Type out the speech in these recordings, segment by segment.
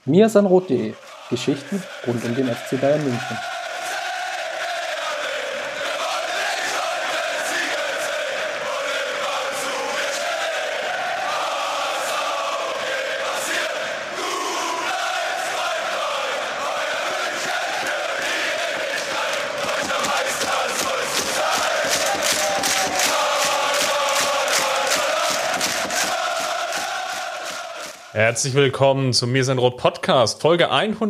mirsanrot.de Geschichten rund um den FC Bayern München. Herzlich willkommen zum Mir sein Rot Podcast, Folge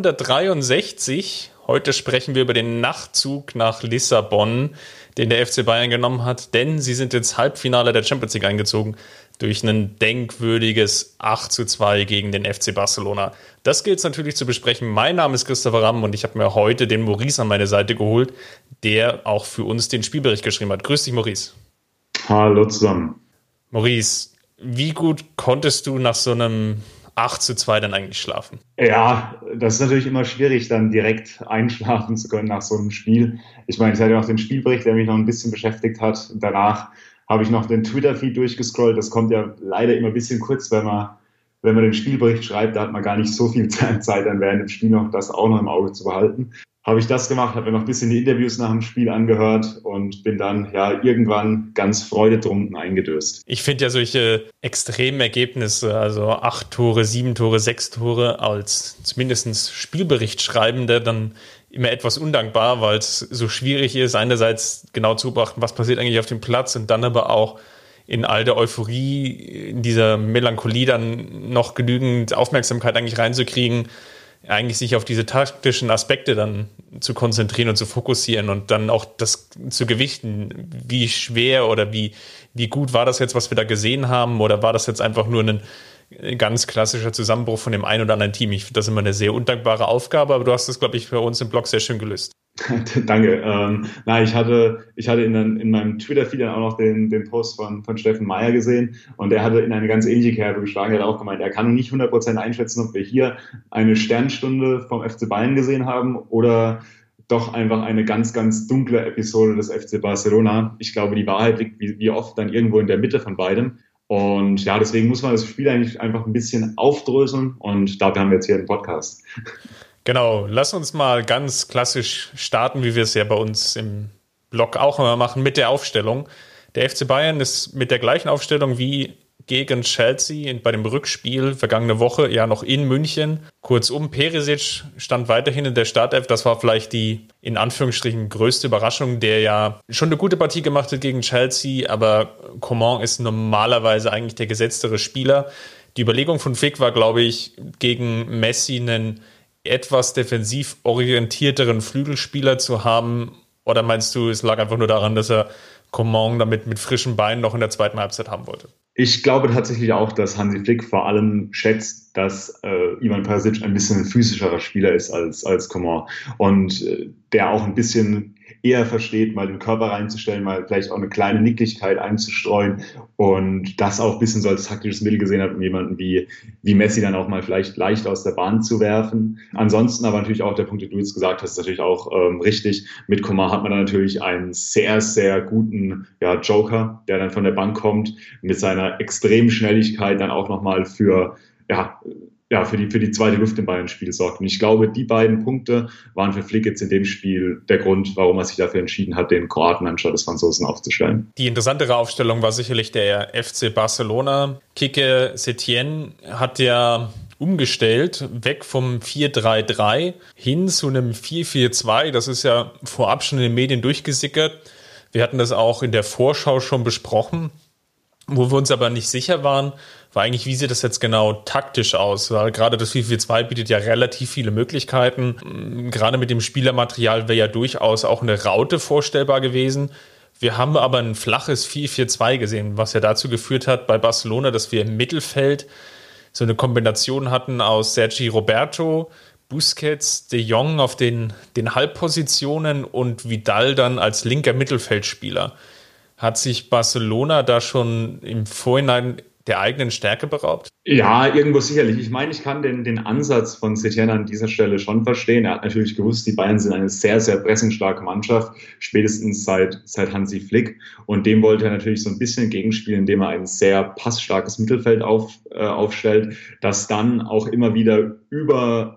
163. Heute sprechen wir über den Nachtzug nach Lissabon, den der FC Bayern genommen hat, denn sie sind ins Halbfinale der Champions League eingezogen durch ein denkwürdiges 8:2 gegen den FC Barcelona. Das gilt es natürlich zu besprechen. Mein Name ist Christopher Ramm und ich habe mir heute den Maurice an meine Seite geholt, der auch für uns den Spielbericht geschrieben hat. Grüß dich, Maurice. Hallo zusammen. Maurice, wie gut konntest du nach so einem 8:2 dann eigentlich schlafen? Ja, das ist natürlich immer schwierig, dann direkt einschlafen zu können nach so einem Spiel. Ich meine, ich hatte noch den Spielbericht, der mich noch ein bisschen beschäftigt hat. Danach habe ich noch den Twitter-Feed durchgescrollt. Das kommt ja leider immer ein bisschen kurz, wenn man den Spielbericht schreibt, da hat man gar nicht so viel Zeit, dann während dem Spiel noch das auch noch im Auge zu behalten. Habe ich das gemacht, habe mir noch ein bisschen die Interviews nach dem Spiel angehört und bin dann irgendwann ganz freudetrunken eingedöst. Ich finde ja solche extremen Ergebnisse, also 8 Tore, 7 Tore, 6 Tore als zumindest Spielberichtschreibender dann immer etwas undankbar, weil es so schwierig ist, einerseits genau zu beobachten, was passiert eigentlich auf dem Platz und dann aber auch in all der Euphorie, in dieser Melancholie dann noch genügend Aufmerksamkeit eigentlich reinzukriegen, eigentlich sich auf diese taktischen Aspekte dann zu konzentrieren und zu fokussieren und dann auch das zu gewichten, wie schwer oder wie gut war das jetzt, was wir da gesehen haben, oder war das jetzt einfach nur ein ganz klassischer Zusammenbruch von dem einen oder anderen Team. Ich finde das immer eine sehr undankbare Aufgabe, aber du hast das, glaube ich, bei uns im Blog sehr schön gelöst. Danke. Ich hatte in meinem Twitter-Feed dann auch noch den Post von Steffen Meyer gesehen und der hatte in eine ganz ähnliche Kerbe geschlagen. Er hat auch gemeint, er kann nicht 100% einschätzen, ob wir hier eine Sternstunde vom FC Bayern gesehen haben oder doch einfach eine ganz, ganz dunkle Episode des FC Barcelona. Ich glaube, die Wahrheit liegt wie oft dann irgendwo in der Mitte von beidem. Und ja, deswegen muss man das Spiel eigentlich einfach ein bisschen aufdröseln und dafür haben wir jetzt hier einen Podcast. Genau, lass uns mal ganz klassisch starten, wie wir es ja bei uns im Blog auch immer machen, mit der Aufstellung. Der FC Bayern ist mit der gleichen Aufstellung wie gegen Chelsea bei dem Rückspiel vergangene Woche ja noch in München. Kurzum, Perisic stand weiterhin in der Startelf. Das war vielleicht die in Anführungsstrichen größte Überraschung, der ja schon eine gute Partie gemacht hat gegen Chelsea, aber Coman ist normalerweise eigentlich der gesetztere Spieler. Die Überlegung von Flick war, glaube ich, gegen Messi einen etwas defensiv orientierteren Flügelspieler zu haben? Oder meinst du, es lag einfach nur daran, dass er Coman damit mit frischen Beinen noch in der zweiten Halbzeit haben wollte? Ich glaube tatsächlich auch, dass Hansi Flick vor allem schätzt, dass Ivan Perisic ein bisschen ein physischerer Spieler ist als Coman und der auch ein bisschen eher versteht, mal den Körper reinzustellen, mal vielleicht auch eine kleine Nicklichkeit einzustreuen und das auch ein bisschen so als taktisches Mittel gesehen hat, um jemanden wie Messi dann auch mal vielleicht leicht aus der Bahn zu werfen. Ansonsten aber natürlich auch der Punkt, den du jetzt gesagt hast, ist natürlich auch richtig. Mit Coman hat man dann natürlich einen sehr, sehr guten Joker, der dann von der Bank kommt, mit seiner extremen Schnelligkeit dann auch nochmal für die zweite Luft im Bayern-Spiel sorgt. Und ich glaube, die beiden Punkte waren für Flick jetzt in dem Spiel der Grund, warum er sich dafür entschieden hat, den Kroaten anstatt des Franzosen aufzustellen. Die interessantere Aufstellung war sicherlich der FC Barcelona. Quique Setién hat ja umgestellt, weg vom 4-3-3 hin zu einem 4-4-2. Das ist ja vorab schon in den Medien durchgesickert. Wir hatten das auch in der Vorschau schon besprochen. Wo wir uns aber nicht sicher waren, war eigentlich, wie sieht das jetzt genau taktisch aus? Weil gerade das 4-4-2 bietet ja relativ viele Möglichkeiten. Gerade mit dem Spielermaterial wäre ja durchaus auch eine Raute vorstellbar gewesen. Wir haben aber ein flaches 4-4-2 gesehen, was ja dazu geführt hat bei Barcelona, dass wir im Mittelfeld so eine Kombination hatten aus Sergi Roberto, Busquets, De Jong auf den Halbpositionen und Vidal dann als linker Mittelfeldspieler. Hat sich Barcelona da schon im Vorhinein der eigenen Stärke beraubt? Ja, irgendwo sicherlich. Ich meine, ich kann den Ansatz von Setien an dieser Stelle schon verstehen. Er hat natürlich gewusst, die Bayern sind eine sehr, sehr pressingstarke Mannschaft, spätestens seit Hansi Flick. Und dem wollte er natürlich so ein bisschen entgegenspielen, indem er ein sehr passstarkes Mittelfeld aufstellt, das dann auch immer wieder über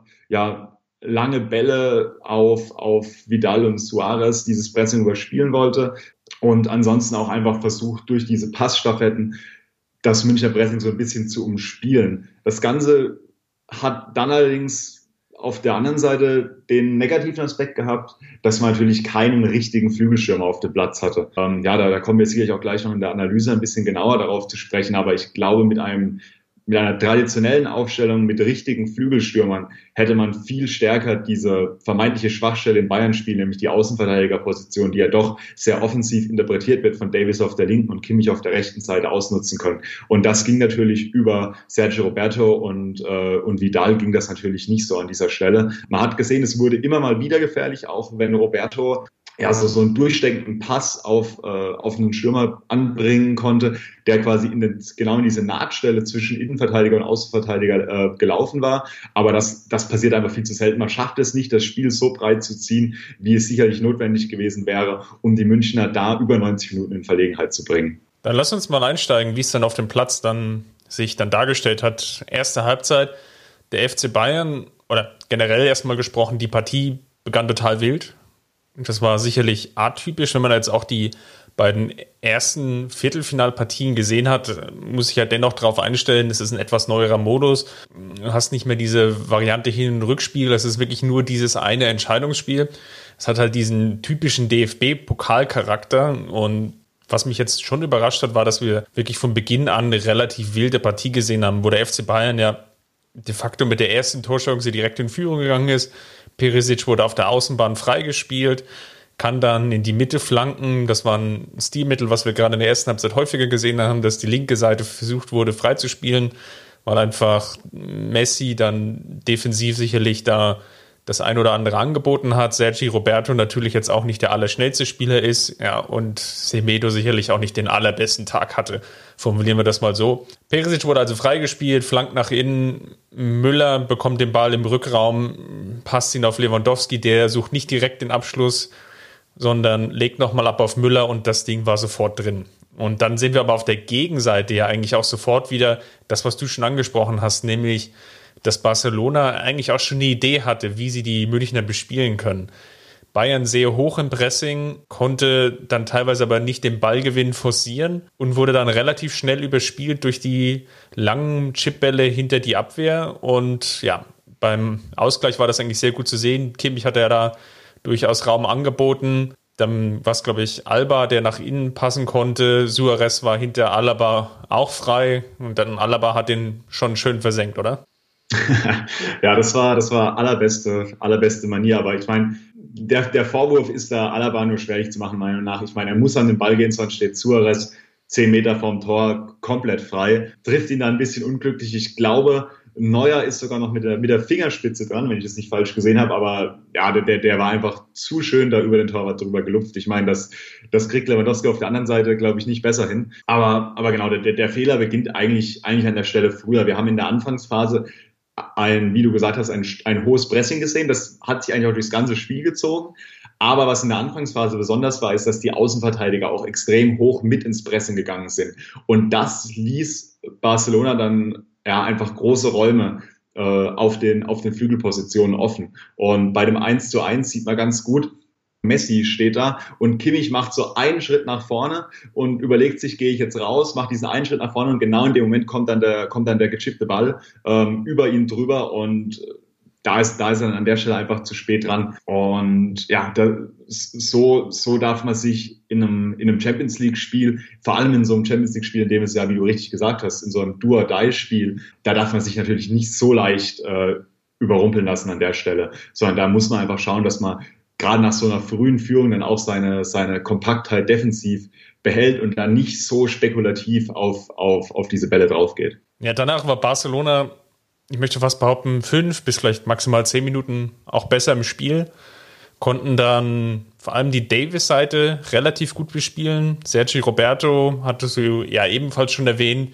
lange Bälle auf Vidal und Suarez dieses Pressing überspielen wollte und ansonsten auch einfach versucht, durch diese Passstaffetten das Münchner Pressing so ein bisschen zu umspielen. Das Ganze hat dann allerdings auf der anderen Seite den negativen Aspekt gehabt, dass man natürlich keinen richtigen Flügelstürmer auf dem Platz hatte. Da kommen wir sicherlich auch gleich noch in der Analyse ein bisschen genauer darauf zu sprechen, aber ich glaube, mit einer traditionellen Aufstellung mit richtigen Flügelstürmern hätte man viel stärker diese vermeintliche Schwachstelle im Bayern-Spiel, nämlich die Außenverteidigerposition, die ja doch sehr offensiv interpretiert wird von Davis auf der linken und Kimmich auf der rechten Seite ausnutzen können. Und das ging natürlich über Sergio Roberto und Vidal ging das natürlich nicht so an dieser Stelle. Man hat gesehen, es wurde immer mal wieder gefährlich, auch wenn Roberto so einen durchsteckenden Pass auf einen Stürmer anbringen konnte, der quasi genau in diese Nahtstelle zwischen Innenverteidiger und Außenverteidiger gelaufen war. Aber das passiert einfach viel zu selten. Man schafft es nicht, das Spiel so breit zu ziehen, wie es sicherlich notwendig gewesen wäre, um die Münchner da über 90 Minuten in Verlegenheit zu bringen. Dann lass uns mal einsteigen, wie es dann auf dem Platz sich dann dargestellt hat. Erste Halbzeit, der FC Bayern, oder generell erstmal gesprochen, die Partie begann total wild. Das war sicherlich atypisch, wenn man jetzt auch die beiden ersten Viertelfinalpartien gesehen hat, muss ich ja dennoch darauf einstellen, es ist ein etwas neuerer Modus. Du hast nicht mehr diese Variante Hin- und Rückspiel, es ist wirklich nur dieses eine Entscheidungsspiel. Es hat halt diesen typischen DFB-Pokalcharakter und was mich jetzt schon überrascht hat, war, dass wir wirklich von Beginn an eine relativ wilde Partie gesehen haben, wo der FC Bayern ja de facto mit der ersten Torchance direkt in Führung gegangen ist. Perisic wurde auf der Außenbahn freigespielt, kann dann in die Mitte flanken. Das war ein Stilmittel, was wir gerade in der ersten Halbzeit häufiger gesehen haben, dass die linke Seite versucht wurde freizuspielen, weil einfach Messi dann defensiv sicherlich da das ein oder andere angeboten hat. Sergi Roberto natürlich jetzt auch nicht der allerschnellste Spieler ist, und Semedo sicherlich auch nicht den allerbesten Tag hatte. Formulieren wir das mal so. Perisic wurde also freigespielt, flankt nach innen. Müller bekommt den Ball im Rückraum, passt ihn auf Lewandowski, der sucht nicht direkt den Abschluss, sondern legt nochmal ab auf Müller und das Ding war sofort drin. Und dann sehen wir aber auf der Gegenseite ja eigentlich auch sofort wieder das, was du schon angesprochen hast, nämlich dass Barcelona eigentlich auch schon eine Idee hatte, wie sie die Münchner bespielen können. Bayern sehr hoch im Pressing, konnte dann teilweise aber nicht den Ballgewinn forcieren und wurde dann relativ schnell überspielt durch die langen Chipbälle hinter die Abwehr. Und beim Ausgleich war das eigentlich sehr gut zu sehen. Kimmich hatte ja da durchaus Raum angeboten. Dann war es, glaube ich, Alba, der nach innen passen konnte. Suarez war hinter Alaba auch frei. Und dann Alaba hat den schon schön versenkt, oder? Ja, das war allerbeste Manier. Aber ich meine, der Vorwurf ist da Alaba nur schwerlich zu machen, meiner Meinung nach. Ich meine, er muss an den Ball gehen, sonst steht Suarez 10 Meter vorm Tor komplett frei. Trifft ihn da ein bisschen unglücklich. Ich glaube, Neuer ist sogar noch mit der Fingerspitze dran, wenn ich das nicht falsch gesehen habe. Aber der war einfach zu schön da über den Torwart drüber gelupft. Ich meine, das kriegt Lewandowski auf der anderen Seite, glaube ich, nicht besser hin. Aber genau, der Fehler beginnt eigentlich an der Stelle früher. Wir haben in der Anfangsphase wie du gesagt hast, ein hohes Pressing gesehen. Das hat sich eigentlich auch durchs ganze Spiel gezogen. Aber was in der Anfangsphase besonders war, ist, dass die Außenverteidiger auch extrem hoch mit ins Pressing gegangen sind. Und das ließ Barcelona dann einfach große Räume auf den Flügelpositionen offen. Und bei dem 1:1 sieht man ganz gut, Messi steht da und Kimmich macht so einen Schritt nach vorne und überlegt sich, gehe ich jetzt raus, macht diesen einen Schritt nach vorne und genau in dem Moment kommt dann der gechippte Ball über ihn drüber und da ist er dann an der Stelle einfach zu spät dran. Und so darf man sich in einem Champions League-Spiel, vor allem in so einem Champions League-Spiel, in dem es wie du richtig gesagt hast, in so einem Do-or-Die-Spiel, da darf man sich natürlich nicht so leicht überrumpeln lassen an der Stelle, sondern da muss man einfach schauen, dass man gerade nach so einer frühen Führung dann auch seine Kompaktheit defensiv behält und dann nicht so spekulativ auf diese Bälle drauf geht. Ja, danach war Barcelona, ich möchte fast behaupten, 5 bis vielleicht maximal 10 Minuten auch besser im Spiel, konnten dann vor allem die Davis-Seite relativ gut bespielen. Sergi Roberto, hattest du ja ebenfalls schon erwähnt,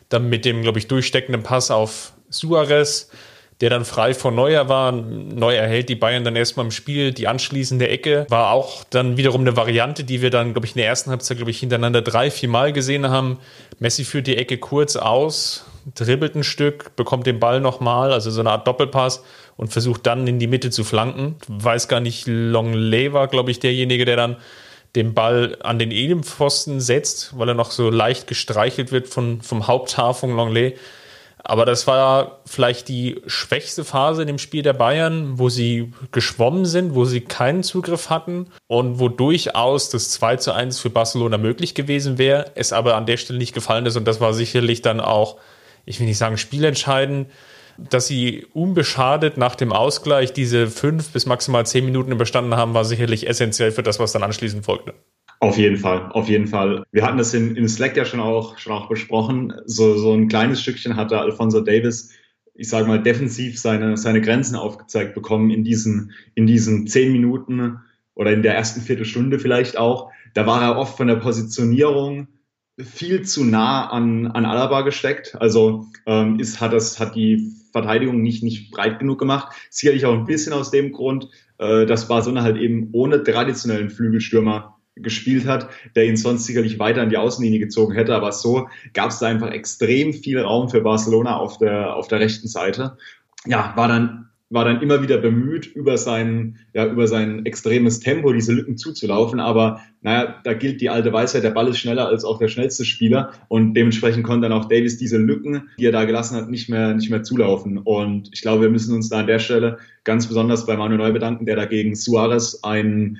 Dann mit dem, glaube ich, durchsteckenden Pass auf Suarez, der dann frei vor Neuer war. Neuer hält die Bayern dann erstmal im Spiel. Die anschließende Ecke war auch dann wiederum eine Variante, die wir dann, glaube ich, in der ersten Halbzeit, glaube ich, hintereinander 3-4 Mal gesehen haben. Messi führt die Ecke kurz aus, dribbelt ein Stück, bekommt den Ball nochmal, also so eine Art Doppelpass und versucht dann in die Mitte zu flanken. Weiß gar nicht, Longley war, glaube ich, derjenige, der dann den Ball an den Innenpfosten setzt, weil er noch so leicht gestreichelt wird vom Haupthaar von Longley. Aber das war vielleicht die schwächste Phase in dem Spiel der Bayern, wo sie geschwommen sind, wo sie keinen Zugriff hatten und wo durchaus das 2:1 für Barcelona möglich gewesen wäre, es aber an der Stelle nicht gefallen ist. Und das war sicherlich dann auch, ich will nicht sagen spielentscheidend, dass sie unbeschadet nach dem Ausgleich diese 5 bis maximal 10 Minuten überstanden haben, war sicherlich essentiell für das, was dann anschließend folgte. Auf jeden Fall, auf jeden Fall. Wir hatten das in Slack ja schon auch besprochen. So ein kleines Stückchen hat da Alphonso Davies, ich sage mal, defensiv seine Grenzen aufgezeigt bekommen in diesen 10 Minuten oder in der ersten Viertelstunde vielleicht auch. Da war er oft von der Positionierung viel zu nah an Alaba gesteckt. Also hat die Verteidigung nicht breit genug gemacht. Sicherlich auch ein bisschen aus dem Grund, dass Barcelona halt eben ohne traditionellen Flügelstürmer gespielt hat, der ihn sonst sicherlich weiter an die Außenlinie gezogen hätte. Aber so gab es da einfach extrem viel Raum für Barcelona auf der rechten Seite. Ja, war dann immer wieder bemüht, über sein extremes Tempo diese Lücken zuzulaufen. Aber naja, da gilt die alte Weisheit, der Ball ist schneller als auch der schnellste Spieler. Und dementsprechend konnte dann auch Davies diese Lücken, die er da gelassen hat, nicht mehr zulaufen. Und ich glaube, wir müssen uns da an der Stelle ganz besonders bei Manuel Neuer bedanken, der dagegen Suarez eine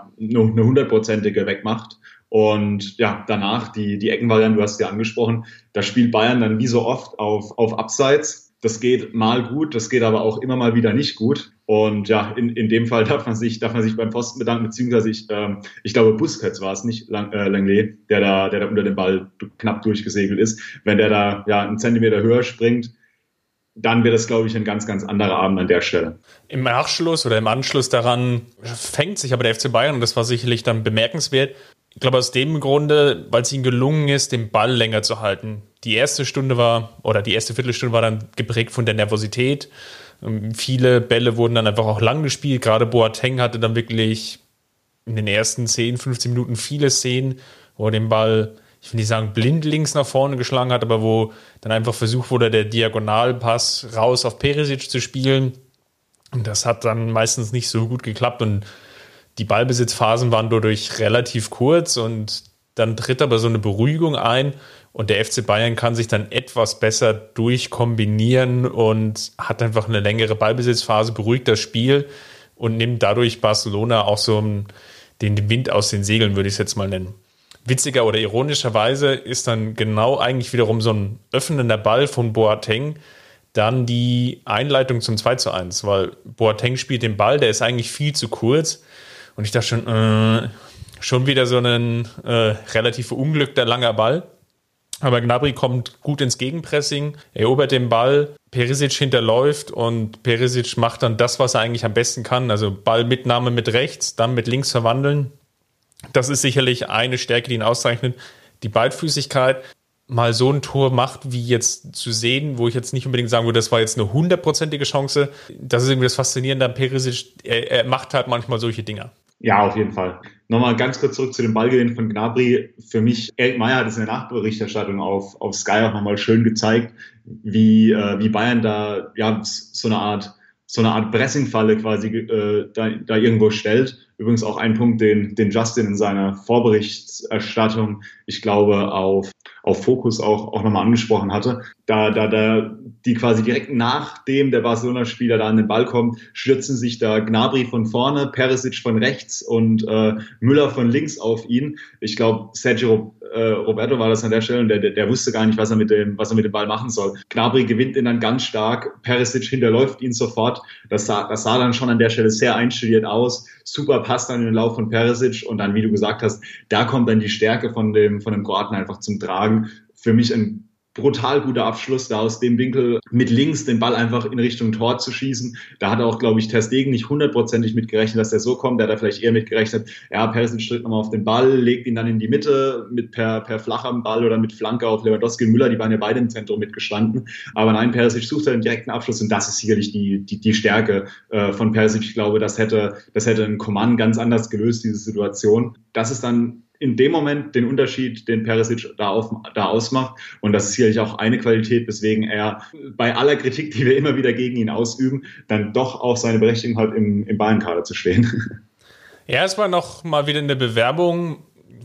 100%ige wegmacht. Und ja, danach die Eckenvariante, du hast es ja angesprochen, da spielt Bayern dann wie so oft auf Abseits. Das geht mal gut, das geht aber auch immer mal wieder nicht gut. Und ja, in dem Fall darf man sich beim Pfosten bedanken, beziehungsweise ich glaube, Busquets war es nicht, Langley, der da unter dem Ball knapp durchgesegelt ist. Wenn der da einen Zentimeter höher springt, dann wird das, glaube ich, ein ganz, ganz anderer Abend an der Stelle. Im Nachschluss oder im Anschluss daran fängt sich aber der FC Bayern, und das war sicherlich dann bemerkenswert, ich glaube aus dem Grunde, weil es ihnen gelungen ist, den Ball länger zu halten. Die erste Viertelstunde war dann geprägt von der Nervosität. Viele Bälle wurden dann einfach auch lang gespielt. Gerade Boateng hatte dann wirklich in den ersten 10, 15 Minuten viele Szenen, wo er den Ball, ich will nicht sagen blindlings nach vorne geschlagen hat, aber wo dann einfach versucht wurde, der Diagonalpass raus auf Perisic zu spielen. Und das hat dann meistens nicht so gut geklappt und die Ballbesitzphasen waren dadurch relativ kurz und dann tritt aber so eine Beruhigung ein und der FC Bayern kann sich dann etwas besser durchkombinieren und hat einfach eine längere Ballbesitzphase, beruhigt das Spiel und nimmt dadurch Barcelona auch so den Wind aus den Segeln, würde ich es jetzt mal nennen. Witziger oder ironischerweise ist dann genau eigentlich wiederum so ein öffnender Ball von Boateng dann die Einleitung zum 2:1, weil Boateng spielt den Ball, der ist eigentlich viel zu kurz. Und ich dachte schon wieder so ein relativ verunglückter langer Ball. Aber Gnabry kommt gut ins Gegenpressing, erobert den Ball, Perisic hinterläuft und Perisic macht dann das, was er eigentlich am besten kann. Also Ballmitnahme mit rechts, dann mit links verwandeln. Das ist sicherlich eine Stärke, die ihn auszeichnet. Die Beidfüßigkeit. Mal so ein Tor macht, wie jetzt zu sehen, wo ich jetzt nicht unbedingt sagen würde, das war jetzt eine 100%ige Chance. Das ist irgendwie das Faszinierende an Perisic. Er macht halt manchmal solche Dinger. Ja, auf jeden Fall. Nochmal ganz kurz zurück zu dem Ballgewinn von Gnabry. Für mich, Erik Meyer hat es in der Nachberichterstattung auf Sky auch nochmal schön gezeigt, wie Bayern da so eine Art Pressingfalle quasi da irgendwo stellt. Übrigens auch ein Punkt, den Justin in seiner Vorberichterstattung, ich glaube, auf Focus auch nochmal angesprochen hatte. Da die quasi direkt nachdem der Barcelona-Spieler da an den Ball kommt, stürzen sich da Gnabry von vorne, Perisic von rechts und Müller von links auf ihn. Ich glaube, Sergio Roberto war das an der Stelle und der wusste gar nicht, was er mit dem Ball machen soll. Gnabry gewinnt ihn dann ganz stark, Perisic hinterläuft ihn sofort. Das sah dann schon an der Stelle sehr einstudiert aus. Super Pass dann in den Lauf von Perisic und dann, wie du gesagt hast, da kommt dann die Stärke von dem Kroaten einfach zum Tragen. Für mich ein brutal guter Abschluss, da aus dem Winkel mit links den Ball einfach in Richtung Tor zu schießen. Da hat auch, glaube ich, Ter Stegen nicht 100%ig mit gerechnet, dass der so kommt. Der hat da vielleicht eher mit gerechnet, ja, Perisic tritt nochmal auf den Ball, legt ihn dann in die Mitte mit per flachem Ball oder mit Flanke auf Lewandowski und Müller, die waren ja beide im Zentrum mitgestanden. Aber nein, Perisic sucht den direkten Abschluss und das ist sicherlich die Stärke von Perisic. Ich glaube, das hätte ein Coman ganz anders gelöst, diese Situation. Das ist dann in dem Moment den Unterschied, den Perisic da ausmacht. Und das ist sicherlich auch eine Qualität, weswegen er bei aller Kritik, die wir immer wieder gegen ihn ausüben, dann doch auch seine Berechtigung hat, im Bayern-Kader zu stehen. Ja, es war noch mal wieder eine Bewerbung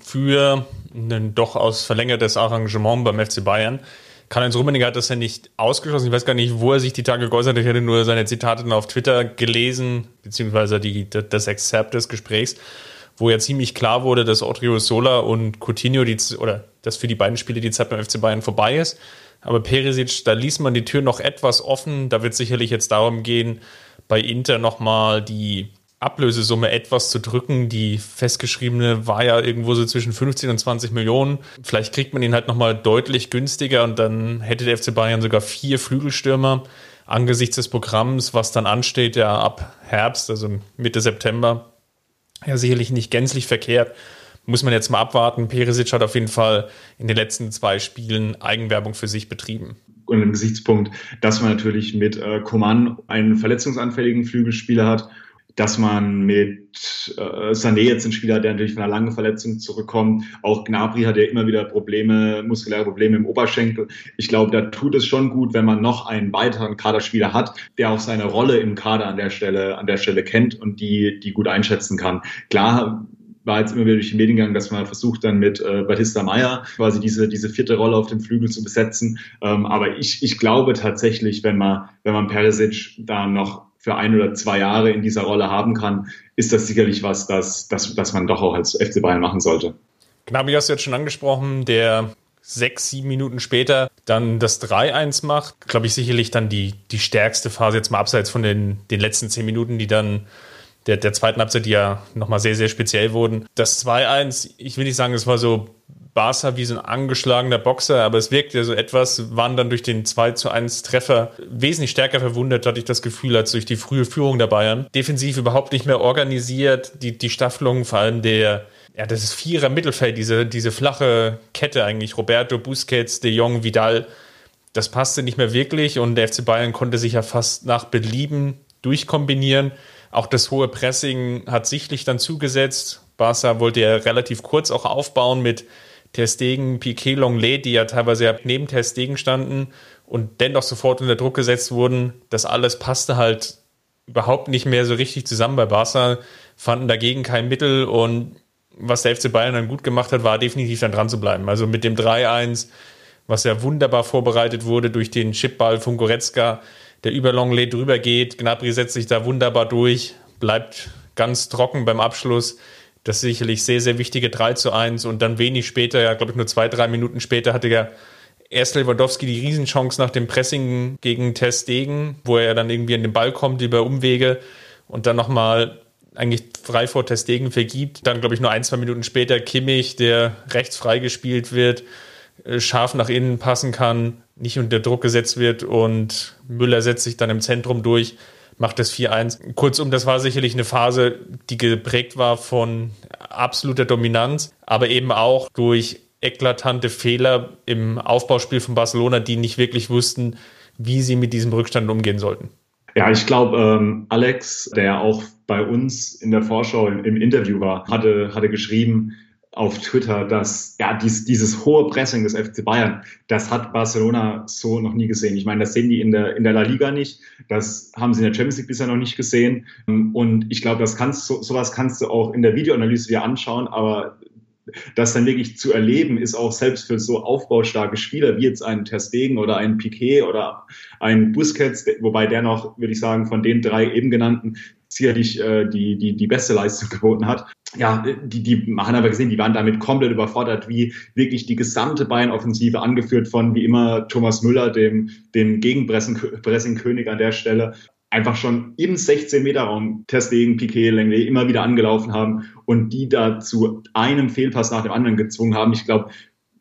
für ein durchaus verlängertes Arrangement beim FC Bayern. Karl-Heinz Rummenigge hat das ja nicht ausgeschlossen. Ich weiß gar nicht, wo er sich die Tage geäußert hat. Ich hatte nur seine Zitate auf Twitter gelesen, beziehungsweise das Exzerpt des Gesprächs, wo ja ziemlich klar wurde, dass Odriozola und Coutinho, dass für die beiden Spiele die Zeit beim FC Bayern vorbei ist. Aber Perisic, da ließ man die Tür noch etwas offen. Da wird sicherlich jetzt darum gehen, bei Inter nochmal die Ablösesumme etwas zu drücken. Die festgeschriebene war ja irgendwo so zwischen 15 und 20 Millionen. Vielleicht kriegt man ihn halt nochmal deutlich günstiger und dann hätte der FC Bayern sogar 4 Flügelstürmer angesichts des Programms, was dann ansteht, ja ab Herbst, also Mitte September. Ja, sicherlich nicht gänzlich verkehrt. Muss man jetzt mal abwarten. Perisic hat auf jeden Fall in den letzten 2 Spielen Eigenwerbung für sich betrieben. Und ein Gesichtspunkt, dass man natürlich mit Coman einen verletzungsanfälligen Flügelspieler hat, dass man mit Sané jetzt einen Spieler hat, der natürlich von einer langen Verletzung zurückkommt. Auch Gnabry hat ja immer wieder muskuläre Probleme im Oberschenkel. Ich glaube, da tut es schon gut, wenn man noch einen weiteren Kaderspieler hat, der auch seine Rolle im Kader an der Stelle kennt und die gut einschätzen kann. Klar war jetzt immer wieder durch die Medien gegangen, dass man versucht dann mit Batista Meyer quasi diese 4. Rolle auf dem Flügel zu besetzen. Aber ich glaube tatsächlich, wenn man Perisic da noch für 1 oder 2 Jahre in dieser Rolle haben kann, ist das sicherlich was, das man doch auch als FC Bayern machen sollte. Gnabry hast du jetzt schon angesprochen, der 6-7 Minuten später dann das 3-1 macht. Glaube ich sicherlich dann die stärkste Phase, jetzt mal abseits von den letzten 10 Minuten, die dann der zweiten Halbzeit, die ja nochmal sehr, sehr speziell wurden. Das 2-1, ich will nicht sagen, es war so Barca wie so ein angeschlagener Boxer, aber es wirkte so etwas, waren dann durch den 2-1 Treffer wesentlich stärker verwundet, hatte ich das Gefühl, als durch die frühe Führung der Bayern. Defensiv überhaupt nicht mehr organisiert, die Staffelung, vor allem das ist Vierer Mittelfeld, diese flache Kette eigentlich, Roberto, Busquets, De Jong, Vidal, das passte nicht mehr wirklich und der FC Bayern konnte sich ja fast nach Belieben durchkombinieren. Auch das hohe Pressing hat sichtlich dann zugesetzt. Barca wollte ja relativ kurz auch aufbauen mit Ter Stegen, Piqué, Lenglet, die ja teilweise ja neben Ter Stegen standen und dennoch sofort unter Druck gesetzt wurden. Das alles passte halt überhaupt nicht mehr so richtig zusammen bei Barca, fanden dagegen kein Mittel und was der FC Bayern dann gut gemacht hat, war definitiv dann dran zu bleiben. Also mit dem 3-1, was ja wunderbar vorbereitet wurde durch den Chipball von Goretzka, der über Lenglet drüber geht. Gnabry setzt sich da wunderbar durch, bleibt ganz trocken beim Abschluss. Das sicherlich sehr, sehr wichtige 3-1 und dann wenig später, ja, glaube ich nur 2-3 Minuten später, hatte ja erst Lewandowski die Riesenchance nach dem Pressing gegen Ter Stegen, wo er dann irgendwie an den Ball kommt über Umwege und dann nochmal eigentlich frei vor Ter Stegen vergibt. Dann, glaube ich, nur 1-2 Minuten später Kimmich, der rechts freigespielt wird, scharf nach innen passen kann, nicht unter Druck gesetzt wird und Müller setzt sich dann im Zentrum durch, macht das 4-1. Kurzum, das war sicherlich eine Phase, die geprägt war von absoluter Dominanz, aber eben auch durch eklatante Fehler im Aufbauspiel von Barcelona, die nicht wirklich wussten, wie sie mit diesem Rückstand umgehen sollten. Ja, ich glaube, Alex, der auch bei uns in der Vorschau im Interview war, hatte geschrieben auf Twitter, dass ja dieses hohe Pressing des FC Bayern, das hat Barcelona so noch nie gesehen. Ich meine, das sehen die in der La Liga nicht, das haben sie in der Champions League bisher noch nicht gesehen. Und ich glaube, sowas kannst du auch in der Videoanalyse dir anschauen, aber das dann wirklich zu erleben, ist auch selbst für so aufbaustarke Spieler wie jetzt einen Ter Stegen oder einen Piqué oder einen Busquets, wobei der noch, würde ich sagen, von den 3 eben genannten sicherlich die beste Leistung geboten hat. Ja, die haben aber gesehen, die waren damit komplett überfordert, wie wirklich die gesamte Bayern-Offensive, angeführt von wie immer Thomas Müller, dem Gegenpressing-König an der Stelle, einfach schon im 16-Meter-Raum Ter Stegen, Piqué, Lenglet immer wieder angelaufen haben und die da zu einem Fehlpass nach dem anderen gezwungen haben. Ich glaube,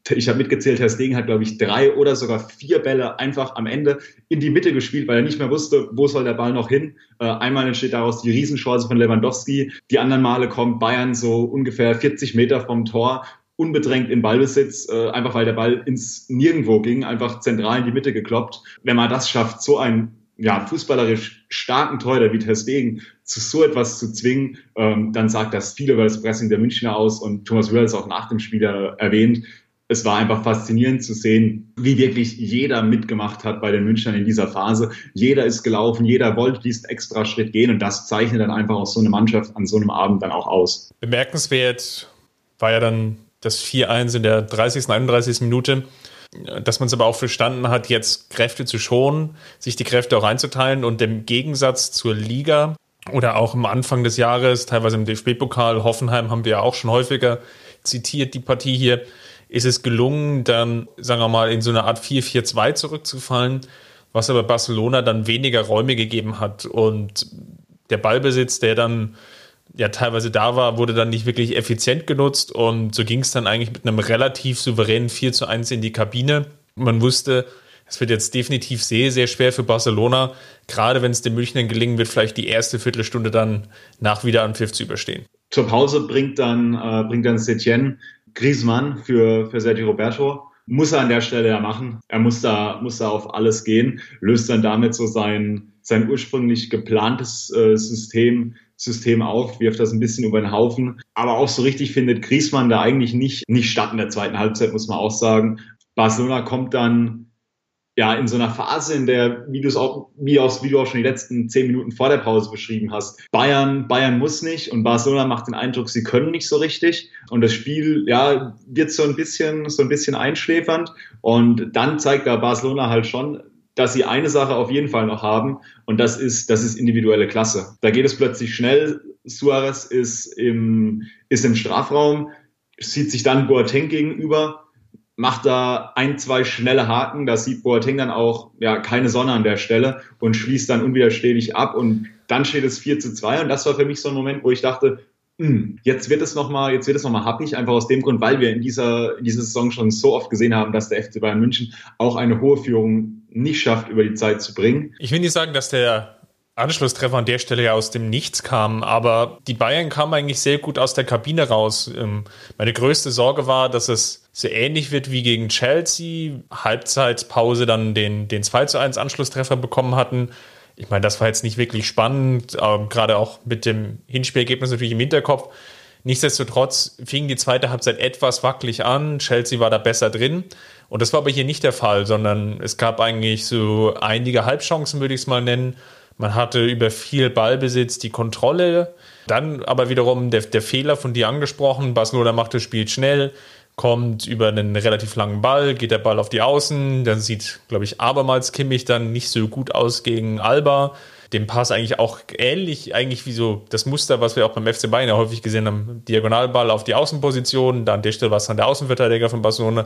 ich habe mitgezählt, Ter Stegen hat, glaube ich, 3 oder sogar 4 Bälle einfach am Ende in die Mitte gespielt, weil er nicht mehr wusste, wo soll der Ball noch hin. Einmal entsteht daraus die Riesenchance von Lewandowski. Die anderen Male kommt Bayern so ungefähr 40 Meter vom Tor unbedrängt in Ballbesitz, einfach weil der Ball ins Nirgendwo ging, einfach zentral in die Mitte gekloppt. Wenn man das schafft, so einen fußballerisch starken Torhüter wie Ter Stegen zu so etwas zu zwingen, dann sagt das viel über das Pressing der Münchner aus, und Thomas Müller hat es auch nach dem Spiel erwähnt. Es war einfach faszinierend zu sehen, wie wirklich jeder mitgemacht hat bei den Münchnern in dieser Phase. Jeder ist gelaufen, jeder wollte diesen extra Schritt gehen, und das zeichnet dann einfach auch so eine Mannschaft an so einem Abend dann auch aus. Bemerkenswert war ja dann das 4-1 in der 30., 31. Minute, dass man es aber auch verstanden hat, jetzt Kräfte zu schonen, sich die Kräfte auch einzuteilen, und im Gegensatz zur Liga oder auch am Anfang des Jahres, teilweise im DFB-Pokal, Hoffenheim haben wir ja auch schon häufiger zitiert, die Partie hier, ist es gelungen, dann, sagen wir mal, in so eine Art 4-4-2 zurückzufallen, was aber Barcelona dann weniger Räume gegeben hat, und der Ballbesitz, der dann ja teilweise da war, wurde dann nicht wirklich effizient genutzt, und so ging es dann eigentlich mit einem relativ souveränen 4-1 in die Kabine. Man wusste, es wird jetzt definitiv sehr, sehr schwer für Barcelona, gerade wenn es den Münchnern gelingen wird, vielleicht die erste Viertelstunde dann nach Wiederanpfiff zu überstehen. Zur Pause bringt dann Setien Griezmann für Sergio Roberto. Muss er an der Stelle ja machen. Er muss da auf alles gehen, löst dann damit so sein ursprünglich geplantes System auf, wirft das ein bisschen über den Haufen. Aber auch so richtig findet Griezmann da eigentlich nicht statt in der zweiten Halbzeit, muss man auch sagen. Barcelona kommt dann in so einer Phase, in der, wie du auch schon die letzten 10 Minuten vor der Pause beschrieben hast, Bayern muss nicht, und Barcelona macht den Eindruck, sie können nicht so richtig, und das Spiel wird so ein bisschen einschläfernd, und dann zeigt da Barcelona halt schon, dass sie eine Sache auf jeden Fall noch haben, und das ist individuelle Klasse. Da geht es plötzlich schnell. Suarez ist im Strafraum, sieht sich dann Boateng gegenüber, macht da 1, 2 schnelle Haken. Da sieht Boateng dann auch keine Sonne an der Stelle und schließt dann unwiderstehlich ab, und dann steht es 4-2, und das war für mich so ein Moment, wo ich dachte, jetzt wird es nochmal happig, einfach aus dem Grund, weil wir in dieser Saison schon so oft gesehen haben, dass der FC Bayern München auch eine hohe Führung nicht schafft, über die Zeit zu bringen. Ich will nicht sagen, dass der Anschlusstreffer an der Stelle ja aus dem Nichts kam, aber die Bayern kamen eigentlich sehr gut aus der Kabine raus. Meine größte Sorge war, dass es so ähnlich wird wie gegen Chelsea, Halbzeitpause dann den 2-1 Anschlusstreffer bekommen hatten. Ich meine, das war jetzt nicht wirklich spannend, gerade auch mit dem Hinspielergebnis natürlich im Hinterkopf. Nichtsdestotrotz fing die zweite Halbzeit etwas wackelig an. Chelsea war da besser drin. Und das war aber hier nicht der Fall, sondern es gab eigentlich so einige Halbchancen, würde ich es mal nennen. Man hatte über viel Ballbesitz die Kontrolle. Dann aber wiederum der Fehler von dir angesprochen. Barcelona macht das Spiel schnell, kommt über einen relativ langen Ball, geht der Ball auf die Außen. Dann sieht, glaube ich, abermals Kimmich dann nicht so gut aus gegen Alba. Dem Pass eigentlich auch ähnlich, eigentlich wie so das Muster, was wir auch beim FC Bayern ja häufig gesehen haben. Diagonalball auf die Außenposition, da an der Stelle war es dann der Außenverteidiger von Barcelona,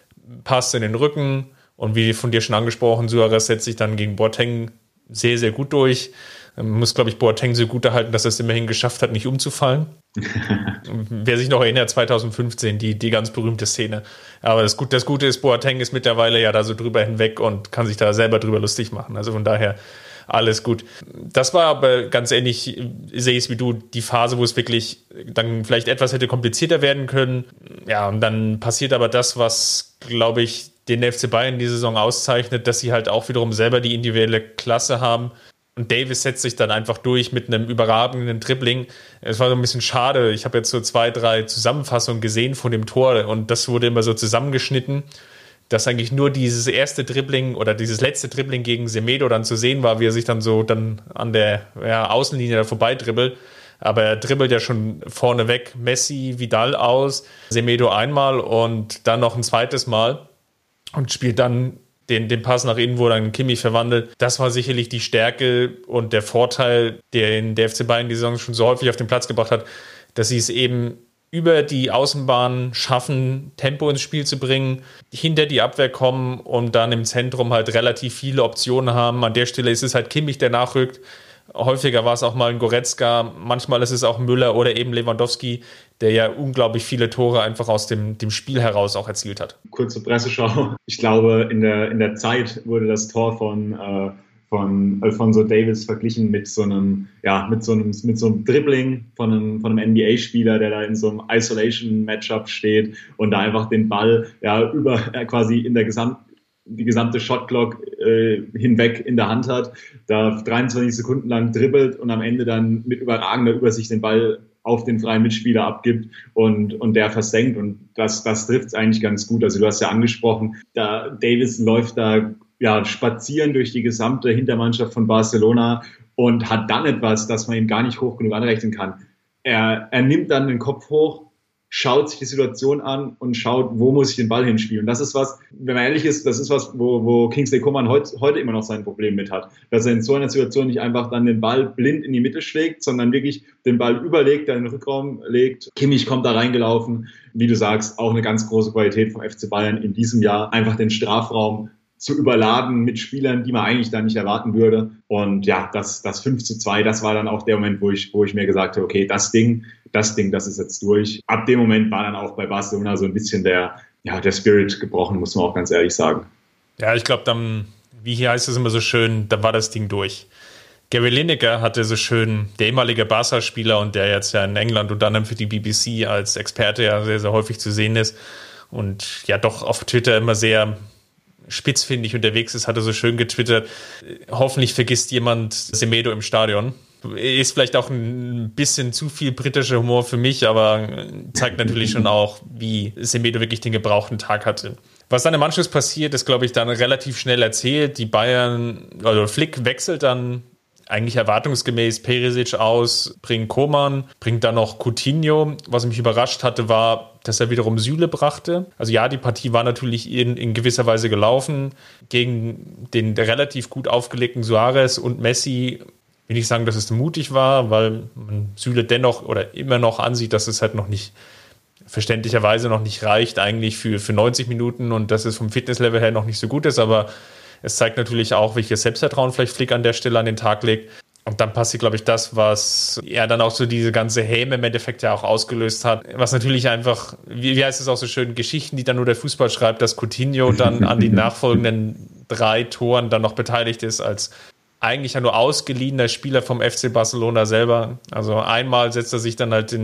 Pass in den Rücken, und wie von dir schon angesprochen, Suarez setzt sich dann gegen Boateng sehr, sehr gut durch. Man muss, glaube ich, Boateng so gut erhalten, dass er es immerhin geschafft hat, nicht umzufallen. Wer sich noch erinnert, 2015, die ganz berühmte Szene. Aber das Gute ist, Boateng ist mittlerweile ja da so drüber hinweg und kann sich da selber drüber lustig machen. Also von daher alles gut. Das war aber ganz ähnlich, sehe ich es wie du, die Phase, wo es wirklich dann vielleicht etwas hätte komplizierter werden können. Ja, und dann passiert aber das, was, glaube ich, den FC Bayern die Saison auszeichnet, dass sie halt auch wiederum selber die individuelle Klasse haben. Und Davis setzt sich dann einfach durch mit einem überragenden Dribbling. Es war so ein bisschen schade. Ich habe jetzt so 2, 3 Zusammenfassungen gesehen von dem Tor, und das wurde immer so zusammengeschnitten, dass eigentlich nur dieses erste Dribbling oder dieses letzte Dribbling gegen Semedo dann zu sehen war, wie er sich dann so dann an der Außenlinie da vorbei dribbelt. Aber er dribbelt ja schon vorneweg Messi, Vidal aus, Semedo einmal und dann noch ein zweites Mal und spielt dann den Pass nach innen, wo dann Kimmich verwandelt. Das war sicherlich die Stärke und der Vorteil, den der FC Bayern die Saison schon so häufig auf den Platz gebracht hat, dass sie es eben über die Außenbahn schaffen, Tempo ins Spiel zu bringen, hinter die Abwehr kommen und dann im Zentrum halt relativ viele Optionen haben. An der Stelle ist es halt Kimmich, der nachrückt. Häufiger war es auch mal ein Goretzka, manchmal ist es auch Müller oder eben Lewandowski, der ja unglaublich viele Tore einfach aus dem Spiel heraus auch erzielt hat. Kurze Presseschau. Ich glaube, in der Zeit wurde das Tor von Alphonso Davies verglichen mit so einem Dribbling von einem NBA-Spieler, der da in so einem Isolation-Matchup steht und da einfach den Ball quasi in die gesamte Shotclock hinweg in der Hand hat, da 23 Sekunden lang dribbelt und am Ende dann mit überragender Übersicht den Ball auf den freien Mitspieler abgibt und der versenkt. Und das trifft es eigentlich ganz gut. Also du hast ja angesprochen, Davies läuft da spazieren durch die gesamte Hintermannschaft von Barcelona und hat dann etwas, das man ihm gar nicht hoch genug anrechnen kann. Er nimmt dann den Kopf hoch, schaut sich die Situation an und schaut, wo muss ich den Ball hinspielen. Und das ist was, wenn man ehrlich ist, das ist was, wo Kingsley Coman heute immer noch sein Problem mit hat. Dass er in so einer Situation nicht einfach dann den Ball blind in die Mitte schlägt, sondern wirklich den Ball überlegt, dann in den Rückraum legt. Kimmich kommt da reingelaufen. Wie du sagst, auch eine ganz große Qualität vom FC Bayern in diesem Jahr. Einfach den Strafraum zu überladen mit Spielern, die man eigentlich da nicht erwarten würde. Und ja, das 5:2, das war dann auch der Moment, wo ich mir gesagt habe, okay, das Ding, das ist jetzt durch. Ab dem Moment war dann auch bei Barcelona so ein bisschen der Spirit gebrochen, muss man auch ganz ehrlich sagen. Ja, ich glaube dann, wie hier heißt es immer so schön, da war das Ding durch. Gary Lineker hatte so schön, der ehemalige Barca-Spieler und der jetzt ja in England und dann für die BBC als Experte ja sehr, sehr häufig zu sehen ist und ja doch auf Twitter immer sehr spitzfindig unterwegs ist, hat er so schön getwittert, hoffentlich vergisst jemand Semedo im Stadion. Ist vielleicht auch ein bisschen zu viel britischer Humor für mich, aber zeigt natürlich schon auch, wie Semedo wirklich den gebrauchten Tag hatte. Was dann im Anschluss passiert, ist, glaube ich, dann relativ schnell erzählt. Die Bayern, also Flick wechselt dann eigentlich erwartungsgemäß Perisic aus, bringt Coman, bringt dann noch Coutinho. Was mich überrascht hatte, war, dass er wiederum Süle brachte. Also ja, die Partie war natürlich in gewisser Weise gelaufen. Gegen den relativ gut aufgelegten Suarez und Messi will ich sagen, dass es mutig war, weil man Süle dennoch oder immer noch ansieht, dass es halt noch nicht, verständlicherweise noch nicht reicht eigentlich für 90 Minuten und dass es vom Fitnesslevel her noch nicht so gut ist, aber es zeigt natürlich auch, welches Selbstvertrauen vielleicht Flick an der Stelle an den Tag legt. Und dann passiert, glaube ich, das, was er dann auch so diese ganze Häme im Endeffekt ja auch ausgelöst hat. Was natürlich einfach, wie heißt es auch so schön, Geschichten, die dann nur der Fußball schreibt, dass Coutinho dann an den nachfolgenden 3 Toren dann noch beteiligt ist, als eigentlich ja nur ausgeliehener Spieler vom FC Barcelona selber. Also einmal setzt er sich dann halt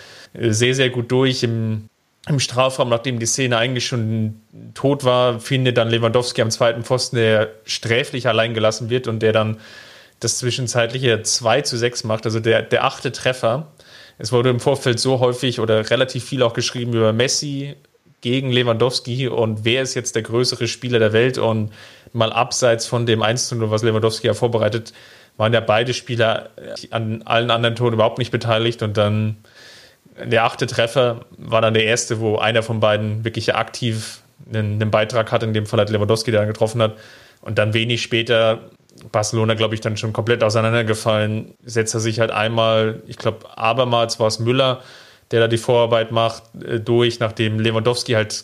sehr, sehr gut durch im Strafraum, nachdem die Szene eigentlich schon tot war, findet dann Lewandowski am zweiten Pfosten, der sträflich allein gelassen wird und der dann das zwischenzeitliche 2:6 macht, also der 8. Treffer. Es wurde im Vorfeld so häufig oder relativ viel auch geschrieben über Messi gegen Lewandowski und wer ist jetzt der größere Spieler der Welt und mal abseits von dem 1:0, was Lewandowski ja vorbereitet, waren ja beide Spieler an allen anderen Toren überhaupt nicht beteiligt und dann der 8. Treffer war dann der erste, wo einer von beiden wirklich aktiv einen Beitrag hat, in dem Fall hat Lewandowski, der dann getroffen hat. Und dann wenig später, Barcelona, glaube ich, dann schon komplett auseinandergefallen, setzt er sich halt einmal, ich glaube, abermals war es Müller, der da die Vorarbeit macht, durch, nachdem Lewandowski halt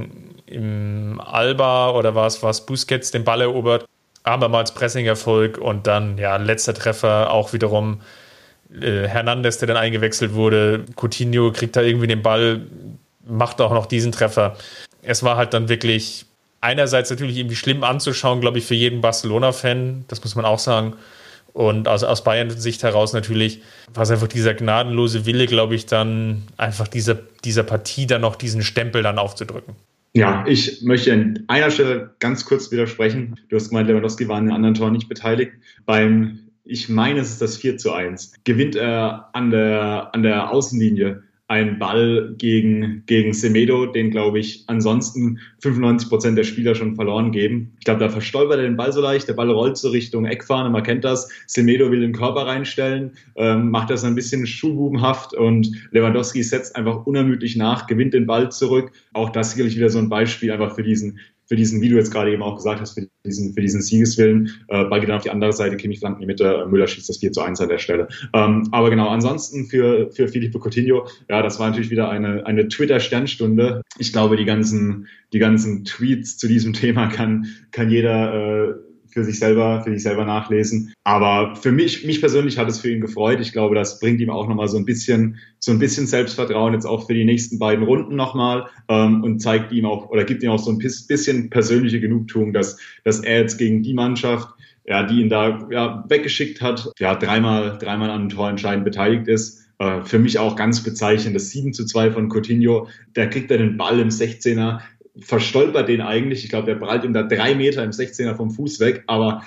im Alba oder war es Busquets den Ball erobert, abermals Pressing-Erfolg und dann, ja, letzter Treffer auch wiederum Hernandez, der dann eingewechselt wurde. Coutinho kriegt da irgendwie den Ball, macht auch noch diesen Treffer. Es war halt dann wirklich einerseits natürlich irgendwie schlimm anzuschauen, glaube ich, für jeden Barcelona-Fan, das muss man auch sagen. Und aus Bayern-Sicht heraus natürlich war es einfach dieser gnadenlose Wille, glaube ich, dann einfach dieser Partie dann noch diesen Stempel dann aufzudrücken. Ja, ich möchte an einer Stelle ganz kurz widersprechen. Du hast gemeint, Lewandowski war an den anderen Toren nicht beteiligt. Ich meine, es ist das 4:1. Gewinnt er an der Außenlinie einen Ball gegen Semedo, den, glaube ich, ansonsten 95% der Spieler schon verloren geben. Ich glaube, da verstolpert er den Ball so leicht, der Ball rollt so Richtung Eckfahne, man kennt das. Semedo will den Körper reinstellen, macht das ein bisschen schulbubenhaft und Lewandowski setzt einfach unermüdlich nach, gewinnt den Ball zurück. Auch das sicherlich wieder so ein Beispiel einfach für diesen, wie du jetzt gerade eben auch gesagt hast, für diesen Siegeswillen. Ball geht dann auf die andere Seite, Kimmich flankt in die Mitte, Müller schießt das 4:1 an der Stelle. Aber genau, ansonsten für Philippe Coutinho, ja, das war natürlich wieder eine Twitter-Sternstunde. Ich glaube, die ganzen Tweets zu diesem Thema kann jeder für sich selber nachlesen. Aber für mich persönlich hat es für ihn gefreut. Ich glaube, das bringt ihm auch nochmal so ein bisschen Selbstvertrauen jetzt auch für die nächsten beiden Runden nochmal, und zeigt ihm auch oder gibt ihm auch so ein bisschen persönliche Genugtuung, dass er jetzt gegen die Mannschaft, ja, die ihn da weggeschickt hat, ja, dreimal an einem Tor entscheidend beteiligt ist. Für mich auch ganz bezeichnend, das 7:2 von Coutinho, da kriegt er den Ball im 16er, verstolpert den eigentlich, ich glaube, der prallt ihm da 3 Meter im 16er vom Fuß weg, aber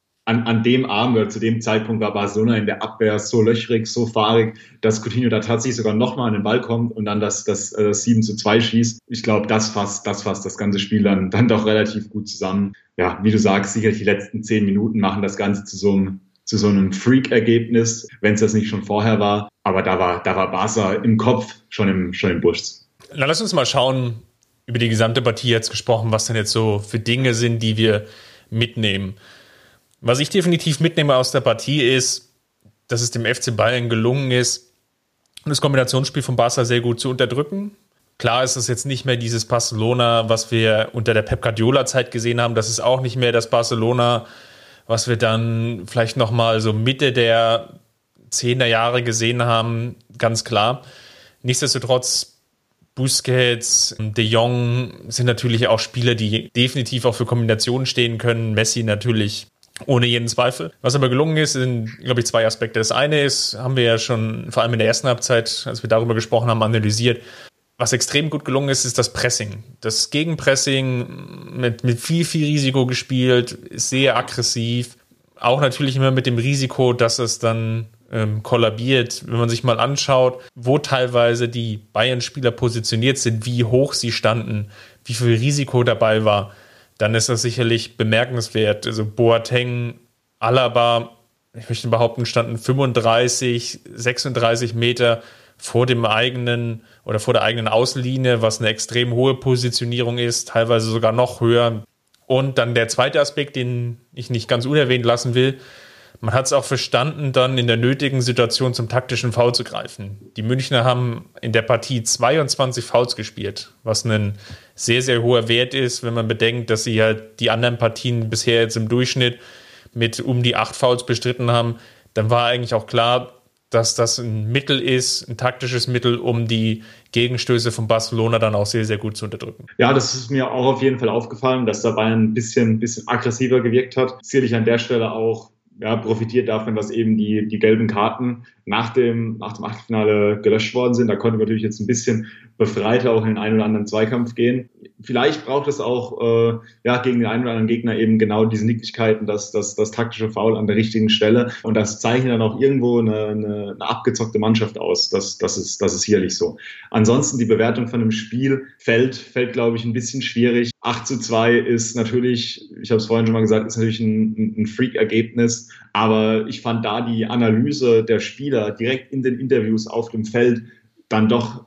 an dem Abend oder zu dem Zeitpunkt war Barcelona in der Abwehr so löchrig, so fahrig, dass Coutinho da tatsächlich sogar nochmal an den Ball kommt und dann das 7:2 schießt. Ich glaube, das fasst das ganze Spiel dann doch relativ gut zusammen. Ja, wie du sagst, sicherlich die letzten 10 Minuten machen das Ganze zu so einem Freak-Ergebnis, wenn es das nicht schon vorher war. Aber da war Barca im Kopf schon im Busch. Na, lass uns mal schauen, über die gesamte Partie jetzt gesprochen, was denn jetzt so für Dinge sind, die wir mitnehmen. Was ich definitiv mitnehme aus der Partie ist, dass es dem FC Bayern gelungen ist, das Kombinationsspiel von Barca sehr gut zu unterdrücken. Klar ist es jetzt nicht mehr dieses Barcelona, was wir unter der Pep Guardiola-Zeit gesehen haben. Das ist auch nicht mehr das Barcelona, was wir dann vielleicht nochmal so Mitte der 10er Jahre gesehen haben, ganz klar. Nichtsdestotrotz, Busquets, De Jong sind natürlich auch Spieler, die definitiv auch für Kombinationen stehen können. Messi natürlich ohne jeden Zweifel. Was aber gelungen ist, sind, glaube ich, 2 Aspekte. Das eine ist, haben wir ja schon vor allem in der ersten Halbzeit, als wir darüber gesprochen haben, analysiert. Was extrem gut gelungen ist, ist das Pressing. Das Gegenpressing mit viel, viel Risiko gespielt, sehr aggressiv. Auch natürlich immer mit dem Risiko, dass es dann kollabiert. Wenn man sich mal anschaut, wo teilweise die Bayern-Spieler positioniert sind, wie hoch sie standen, wie viel Risiko dabei war, dann ist das sicherlich bemerkenswert. Also Boateng, Alaba, ich möchte behaupten, standen 35, 36 Meter vor dem eigenen oder vor der eigenen Außenlinie, was eine extrem hohe Positionierung ist, teilweise sogar noch höher. Und dann der zweite Aspekt, den ich nicht ganz unerwähnt lassen will, man hat es auch verstanden, dann in der nötigen Situation zum taktischen Foul zu greifen. Die Münchner haben in der Partie 22 Fouls gespielt, was ein sehr, sehr hoher Wert ist, wenn man bedenkt, dass sie ja die anderen Partien bisher jetzt im Durchschnitt mit um die 8 Fouls bestritten haben. Dann war eigentlich auch klar, dass das ein Mittel ist, ein taktisches Mittel, um die Gegenstöße von Barcelona dann auch sehr, sehr gut zu unterdrücken. Ja, das ist mir auch auf jeden Fall aufgefallen, dass der Bayern ein bisschen aggressiver gewirkt hat. Sicherlich an der Stelle auch profitiert davon, dass eben die gelben Karten nach dem Achtelfinale gelöscht worden sind. Da konnte man natürlich jetzt ein bisschen befreiter auch in den einen oder anderen Zweikampf gehen. Vielleicht braucht es auch gegen den einen oder anderen Gegner eben genau diese Nicklichkeiten, das taktische Foul an der richtigen Stelle. Und das zeichnet dann auch irgendwo eine abgezockte Mannschaft aus. Das ist sicherlich so. Ansonsten die Bewertung von dem Spiel fällt, glaube ich, ein bisschen schwierig. 8:2 ist natürlich, ich habe es vorhin schon mal gesagt, ist natürlich ein Freak-Ergebnis. Aber ich fand da die Analyse der Spieler direkt in den Interviews auf dem Feld dann doch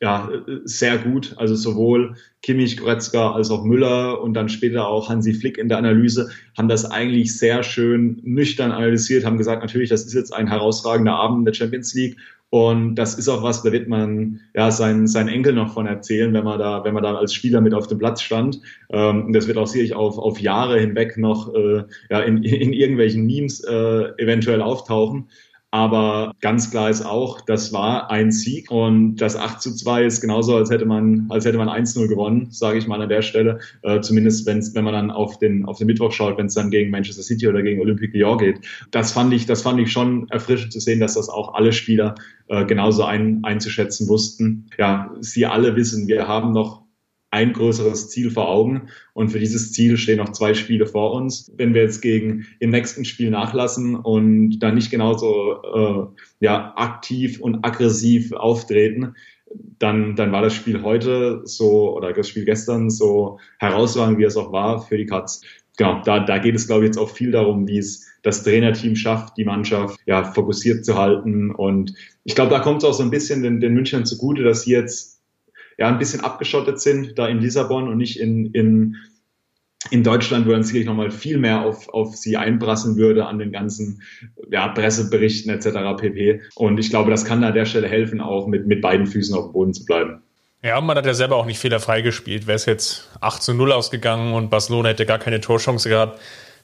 sehr gut. Also sowohl Kimmich, Goretzka als auch Müller und dann später auch Hansi Flick in der Analyse haben das eigentlich sehr schön nüchtern analysiert, haben gesagt, natürlich, das ist jetzt ein herausragender Abend in der Champions League und das ist auch was, da wird man seinen Enkel noch von erzählen, wenn man da als Spieler mit auf dem Platz stand. Und das wird auch sicherlich auf Jahre hinweg noch in irgendwelchen Memes eventuell auftauchen. Aber ganz klar ist auch, das war ein Sieg und das 8:2 ist genauso, als hätte man 1-0 gewonnen, sage ich mal an der Stelle. Zumindest wenn man dann auf den Mittwoch schaut, wenn es dann gegen Manchester City oder gegen Olympique Lyon geht. Das fand ich schon erfrischend zu sehen, dass das auch alle Spieler genauso einzuschätzen wussten. Ja, sie alle wissen, wir haben noch ein größeres Ziel vor Augen und für dieses Ziel stehen noch 2 Spiele vor uns. Wenn wir jetzt im nächsten Spiel nachlassen und dann nicht genauso aktiv und aggressiv auftreten, dann war das Spiel heute so oder das Spiel gestern so herausragend, wie es auch war für die Katz. Genau, da geht es, glaube ich, jetzt auch viel darum, wie es das Trainerteam schafft, die Mannschaft fokussiert zu halten. Und ich glaube, da kommt es auch so ein bisschen den Münchnern zugute, dass sie jetzt ein bisschen abgeschottet sind, da in Lissabon und nicht in Deutschland, wo dann sicherlich nochmal viel mehr auf sie einprasseln würde an den ganzen Presseberichten etc. pp. Und ich glaube, das kann an der Stelle helfen, auch mit beiden Füßen auf dem Boden zu bleiben. Ja, man hat ja selber auch nicht fehlerfrei gespielt. Wäre es jetzt 8:0 ausgegangen und Barcelona hätte gar keine Torchance gehabt,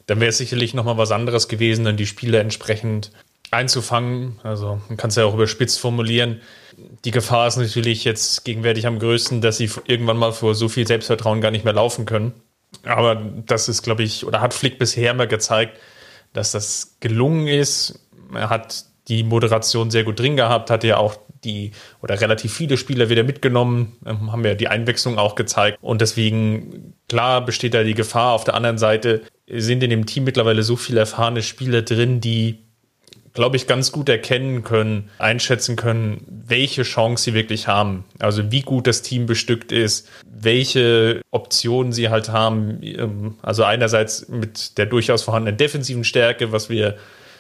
dann wäre es sicherlich nochmal was anderes gewesen, dann die Spiele entsprechend einzufangen. Also man kann es ja auch überspitzt formulieren. Die Gefahr ist natürlich jetzt gegenwärtig am größten, dass sie irgendwann mal vor so viel Selbstvertrauen gar nicht mehr laufen können. Aber das ist, glaube ich, oder hat Flick bisher mal gezeigt, dass das gelungen ist. Er hat die Moderation sehr gut drin gehabt, hat ja auch relativ viele Spieler wieder mitgenommen, haben ja die Einwechslung auch gezeigt. Und deswegen, klar, besteht da die Gefahr. Auf der anderen Seite sind in dem Team mittlerweile so viele erfahrene Spieler drin, die, glaube ich, ganz gut erkennen können, einschätzen können, welche Chance sie wirklich haben. Also wie gut das Team bestückt ist, welche Optionen sie halt haben. Also einerseits mit der durchaus vorhandenen defensiven Stärke, was wir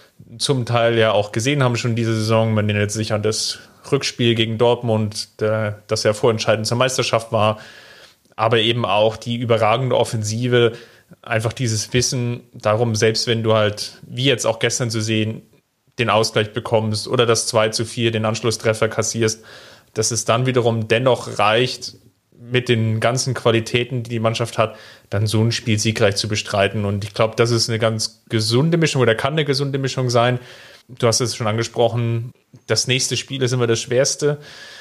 zum Teil ja auch gesehen haben schon diese Saison. Man erinnert sich an das Rückspiel gegen Dortmund, das ja vorentscheidend zur Meisterschaft war. Aber eben auch die überragende Offensive, einfach dieses Wissen darum, selbst wenn du halt, wie jetzt auch gestern zu sehen, den Ausgleich bekommst oder das 2:4, den Anschlusstreffer kassierst, dass es dann wiederum dennoch reicht, mit den ganzen Qualitäten, die die Mannschaft hat, dann so ein Spiel siegreich zu bestreiten. Und ich glaube, das ist eine ganz gesunde Mischung oder kann eine gesunde Mischung sein. Du hast es schon angesprochen, das nächste Spiel ist immer das Schwerste,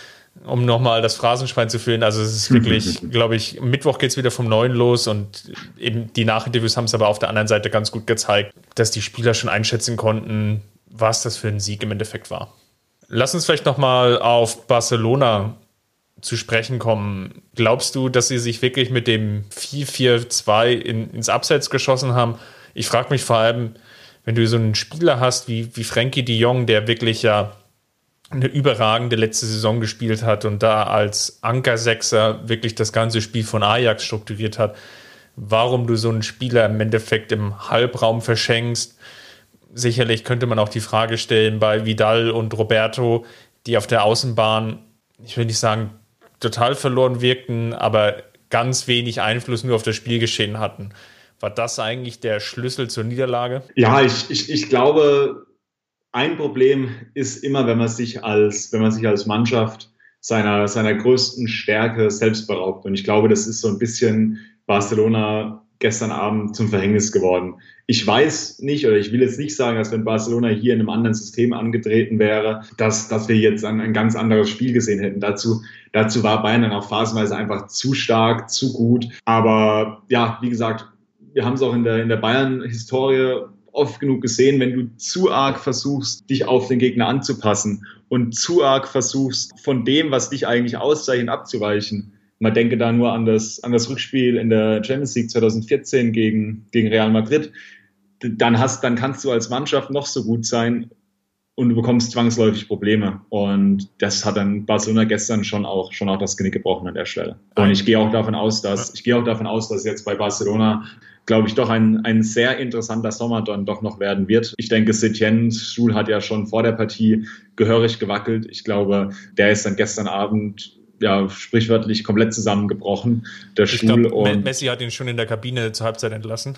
um nochmal das Phrasenschwein zu füllen. Also es ist wirklich, glaube ich, Mittwoch geht es wieder vom Neuen los und eben die Nachinterviews haben es aber auf der anderen Seite ganz gut gezeigt, dass die Spieler schon einschätzen konnten, was das für ein Sieg im Endeffekt war. Lass uns vielleicht nochmal auf Barcelona zu sprechen kommen. Glaubst du, dass sie sich wirklich mit dem 4-4-2 ins Abseits geschossen haben? Ich frage mich vor allem, wenn du so einen Spieler hast wie Frenkie de Jong, der wirklich ja eine überragende letzte Saison gespielt hat und da als Anker-Sechser wirklich das ganze Spiel von Ajax strukturiert hat, warum du so einen Spieler im Endeffekt im Halbraum verschenkst. Sicherlich könnte man auch die Frage stellen bei Vidal und Roberto, die auf der Außenbahn, ich will nicht sagen, total verloren wirkten, aber ganz wenig Einfluss nur auf das Spielgeschehen hatten. War das eigentlich der Schlüssel zur Niederlage? Ja, ich glaube, ein Problem ist immer, wenn man sich als Mannschaft seiner größten Stärke selbst beraubt. Und ich glaube, das ist so ein bisschen Barcelona gestern Abend zum Verhängnis geworden. Ich weiß nicht, oder ich will jetzt nicht sagen, dass wenn Barcelona hier in einem anderen System angetreten wäre, dass wir jetzt ein ganz anderes Spiel gesehen hätten. Dazu war Bayern dann auch phasenweise einfach zu stark, zu gut. Aber ja, wie gesagt, wir haben es auch in der Bayern-Historie oft genug gesehen, wenn du zu arg versuchst, dich auf den Gegner anzupassen und zu arg versuchst, von dem, was dich eigentlich auszeichnet, abzuweichen. Man denke da nur an das Rückspiel in der Champions League 2014 gegen Real Madrid. Dann kannst du als Mannschaft noch so gut sein und du bekommst zwangsläufig Probleme. Und das hat dann Barcelona gestern schon auch das Genick gebrochen an der Stelle. Und ich gehe auch davon aus, dass jetzt bei Barcelona, glaube ich, doch ein sehr interessanter Sommer dann doch noch werden wird. Ich denke, Setiens Stuhl hat ja schon vor der Partie gehörig gewackelt. Ich glaube, der ist dann gestern Abend sprichwörtlich komplett zusammengebrochen, der Stuhl. Glaub, Messi hat ihn schon in der Kabine zur Halbzeit entlassen.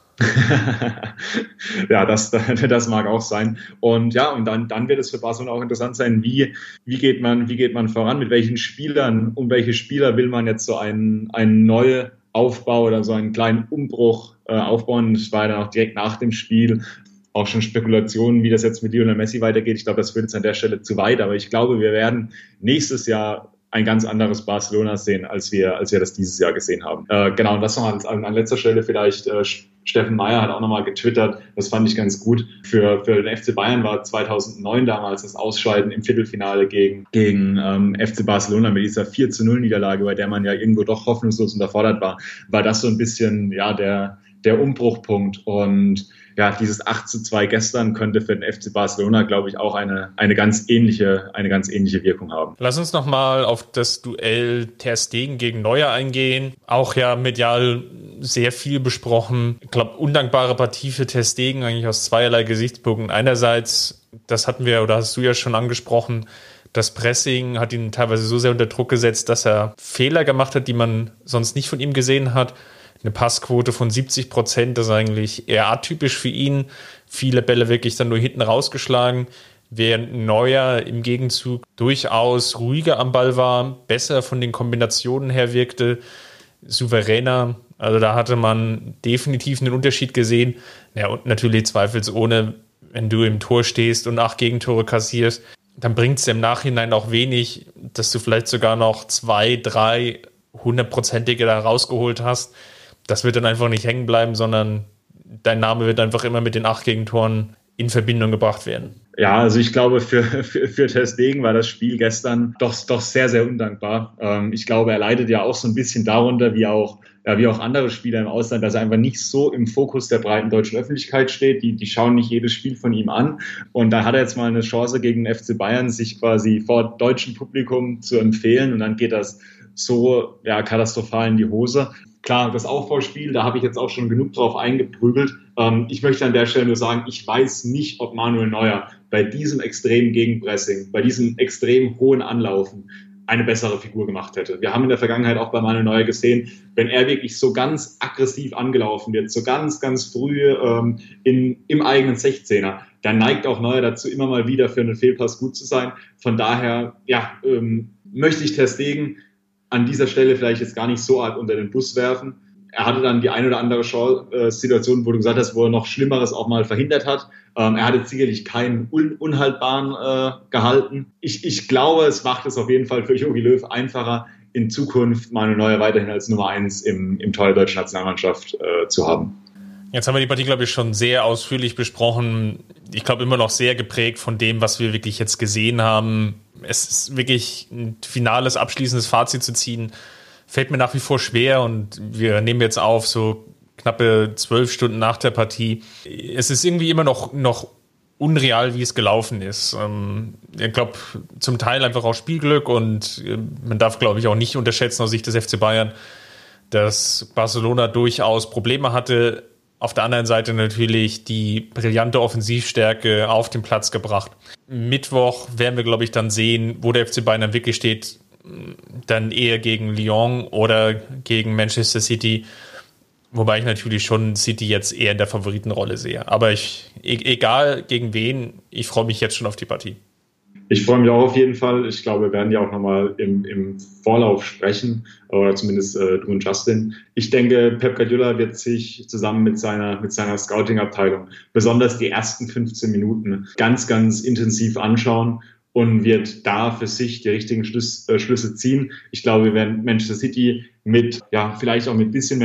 Ja, das mag auch sein. Und ja, und dann wird es für Barcelona auch interessant sein, wie geht man voran, mit welchen Spielern, um welche Spieler will man jetzt so einen neuen Aufbau oder so einen kleinen Umbruch aufbauen. Das war dann auch direkt nach dem Spiel auch schon Spekulationen, wie das jetzt mit Lionel Messi weitergeht. Ich glaube, das führt jetzt an der Stelle zu weit, aber ich glaube, wir werden nächstes Jahr ein ganz anderes Barcelona sehen, als wir das dieses Jahr gesehen haben. Genau, und das noch an letzter Stelle vielleicht, Steffen Meyer hat auch nochmal getwittert, das fand ich ganz gut. Für den FC Bayern war 2009 damals das Ausscheiden im Viertelfinale gegen FC Barcelona mit dieser 4-0-Niederlage, bei der man ja irgendwo doch hoffnungslos unterfordert war das so ein bisschen der Umbruchpunkt. Und ja, dieses 8:2 gestern könnte für den FC Barcelona, glaube ich, auch eine ganz ähnliche Wirkung haben. Lass uns nochmal auf das Duell Ter Stegen gegen Neuer eingehen. Auch ja medial sehr viel besprochen. Ich glaube, undankbare Partie für Ter Stegen eigentlich aus zweierlei Gesichtspunkten. Einerseits, das hatten wir oder hast du ja schon angesprochen, das Pressing hat ihn teilweise so sehr unter Druck gesetzt, dass er Fehler gemacht hat, die man sonst nicht von ihm gesehen hat. Eine Passquote von 70%, das ist eigentlich eher atypisch für ihn. Viele Bälle wirklich dann nur hinten rausgeschlagen, während Neuer im Gegenzug durchaus ruhiger am Ball war, besser von den Kombinationen her wirkte, souveräner. Also da hatte man definitiv einen Unterschied gesehen. Ja, und natürlich zweifelsohne, wenn du im Tor stehst und 8 Gegentore kassierst, dann bringt es im Nachhinein auch wenig, dass du vielleicht sogar noch 2, 3 hundertprozentige da rausgeholt hast. Das wird dann einfach nicht hängen bleiben, sondern dein Name wird einfach immer mit den 8 Gegentoren in Verbindung gebracht werden. Ja, also ich glaube, für Ter Stegen war das Spiel gestern doch sehr, sehr undankbar. Ich glaube, er leidet ja auch so ein bisschen darunter, wie auch andere Spieler im Ausland, dass er einfach nicht so im Fokus der breiten deutschen Öffentlichkeit steht. Die schauen nicht jedes Spiel von ihm an. Und da hat er jetzt mal eine Chance gegen den FC Bayern, sich quasi vor deutschem Publikum zu empfehlen. Und dann geht das so katastrophal in die Hose. Klar, das Aufbauspiel, da habe ich jetzt auch schon genug drauf eingeprügelt. Ich möchte an der Stelle nur sagen, ich weiß nicht, ob Manuel Neuer bei diesem extremen Gegenpressing, bei diesem extrem hohen Anlaufen eine bessere Figur gemacht hätte. Wir haben in der Vergangenheit auch bei Manuel Neuer gesehen, wenn er wirklich so ganz aggressiv angelaufen wird, so ganz, ganz früh im eigenen 16er, dann neigt auch Neuer dazu, immer mal wieder für einen Fehlpass gut zu sein. Von daher möchte ich Ter Stegen an dieser Stelle vielleicht jetzt gar nicht so arg unter den Bus werfen. Er hatte dann die eine oder andere Situation, wo du gesagt hast, wo er noch Schlimmeres auch mal verhindert hat. Er hat jetzt sicherlich keinen unhaltbaren gehalten. Ich glaube, es macht es auf jeden Fall für Jogi Löw einfacher, in Zukunft Manuel Neuer weiterhin als Nummer 1 im Tor der deutschen Nationalmannschaft zu haben. Jetzt haben wir die Partie, glaube ich, schon sehr ausführlich besprochen. Ich glaube, immer noch sehr geprägt von dem, was wir wirklich jetzt gesehen haben. Es ist wirklich ein finales, abschließendes Fazit zu ziehen. Fällt mir nach wie vor schwer und wir nehmen jetzt auf, so knappe 12 Stunden nach der Partie. Es ist irgendwie immer noch unreal, wie es gelaufen ist. Ich glaube, zum Teil einfach auch Spielglück und man darf, glaube ich, auch nicht unterschätzen aus Sicht des FC Bayern, dass Barcelona durchaus Probleme hatte. Auf der anderen Seite natürlich die brillante Offensivstärke auf den Platz gebracht. Mittwoch werden wir, glaube ich, dann sehen, wo der FC Bayern dann wirklich steht. Dann eher gegen Lyon oder gegen Manchester City. Wobei ich natürlich schon City jetzt eher in der Favoritenrolle sehe. Aber egal gegen wen, ich freue mich jetzt schon auf die Partie. Ich freue mich auch auf jeden Fall. Ich glaube, wir werden ja auch nochmal im Vorlauf sprechen, oder zumindest du und Justin. Ich denke, Pep Guardiola wird sich zusammen mit seiner Scouting-Abteilung besonders die ersten 15 Minuten ganz, ganz intensiv anschauen und wird da für sich die richtigen Schlüsse ziehen. Ich glaube, wir werden Manchester City vielleicht auch mit ein bisschen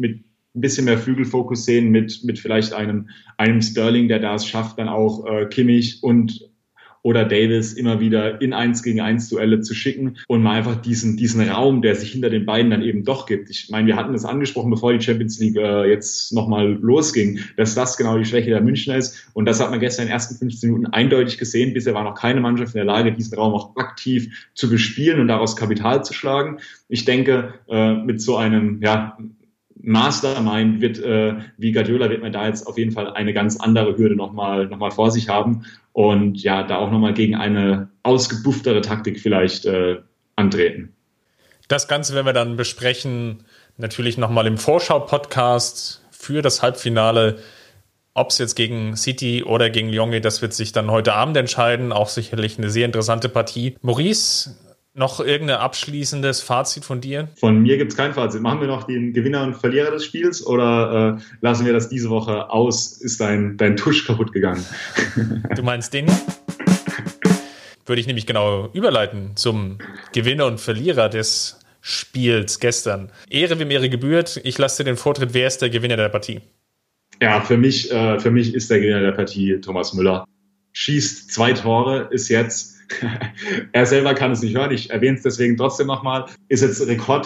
mehr Flügelfokus sehen, mit vielleicht einem Sterling, der da es schafft, dann auch Kimmich oder Davis immer wieder in 1-gegen-1 Duelle zu schicken und mal einfach diesen Raum, der sich hinter den beiden dann eben doch gibt. Ich meine, wir hatten das angesprochen, bevor die Champions League jetzt nochmal losging, dass das genau die Schwäche der Münchner ist. Und das hat man gestern in den ersten 15 Minuten eindeutig gesehen. Bisher war noch keine Mannschaft in der Lage, diesen Raum auch aktiv zu bespielen und daraus Kapital zu schlagen. Ich denke, mit so einem, Mastermind wie Guardiola wird man da jetzt auf jeden Fall eine ganz andere Hürde nochmal vor sich haben und da auch nochmal gegen eine ausgebufftere Taktik vielleicht antreten. Das Ganze werden wir dann besprechen, natürlich nochmal im Vorschau-Podcast für das Halbfinale. Ob es jetzt gegen City oder gegen Lyon geht, das wird sich dann heute Abend entscheiden. Auch sicherlich eine sehr interessante Partie. Maurice, noch irgendein abschließendes Fazit von dir? Von mir gibt es kein Fazit. Machen wir noch den Gewinner und Verlierer des Spiels oder lassen wir das diese Woche aus? Ist dein Tusch kaputt gegangen? Du meinst den? Würde ich nämlich genau überleiten zum Gewinner und Verlierer des Spiels gestern. Ehre wem Ehre gebührt. Ich lasse dir den Vortritt. Wer ist der Gewinner der Partie? Ja, für mich ist der Gewinner der Partie Thomas Müller. Schießt 2 Tore, ist jetzt er selber kann es nicht hören, ich erwähne es deswegen trotzdem nochmal, ist jetzt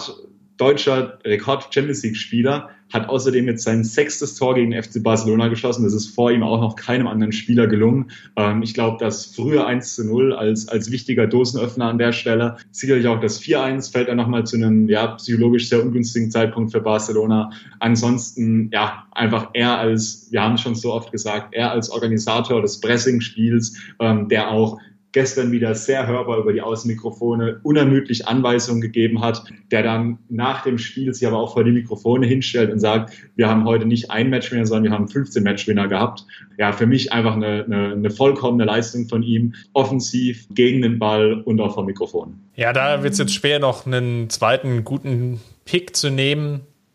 Rekord-Champions League-Spieler, hat außerdem jetzt sein 6. Tor gegen den FC Barcelona geschossen. Das ist vor ihm auch noch keinem anderen Spieler gelungen. Ich glaube, das frühe 1:0 als wichtiger Dosenöffner an der Stelle, sicherlich auch das 4:1 fällt dann nochmal zu einem psychologisch sehr ungünstigen Zeitpunkt für Barcelona. Ansonsten einfach wir haben es schon so oft gesagt, er als Organisator des Pressing-Spiels, der auch gestern wieder sehr hörbar über die Außenmikrofone unermüdlich Anweisungen gegeben hat, der dann nach dem Spiel sich aber auch vor die Mikrofone hinstellt und sagt, wir haben heute nicht einen Matchwinner, sondern wir haben 15 Matchwinner gehabt. Ja, für mich einfach eine vollkommene Leistung von ihm, offensiv, gegen den Ball und auch vom Mikrofon. Ja, da wird es jetzt schwer, noch einen zweiten guten Pick zu nehmen.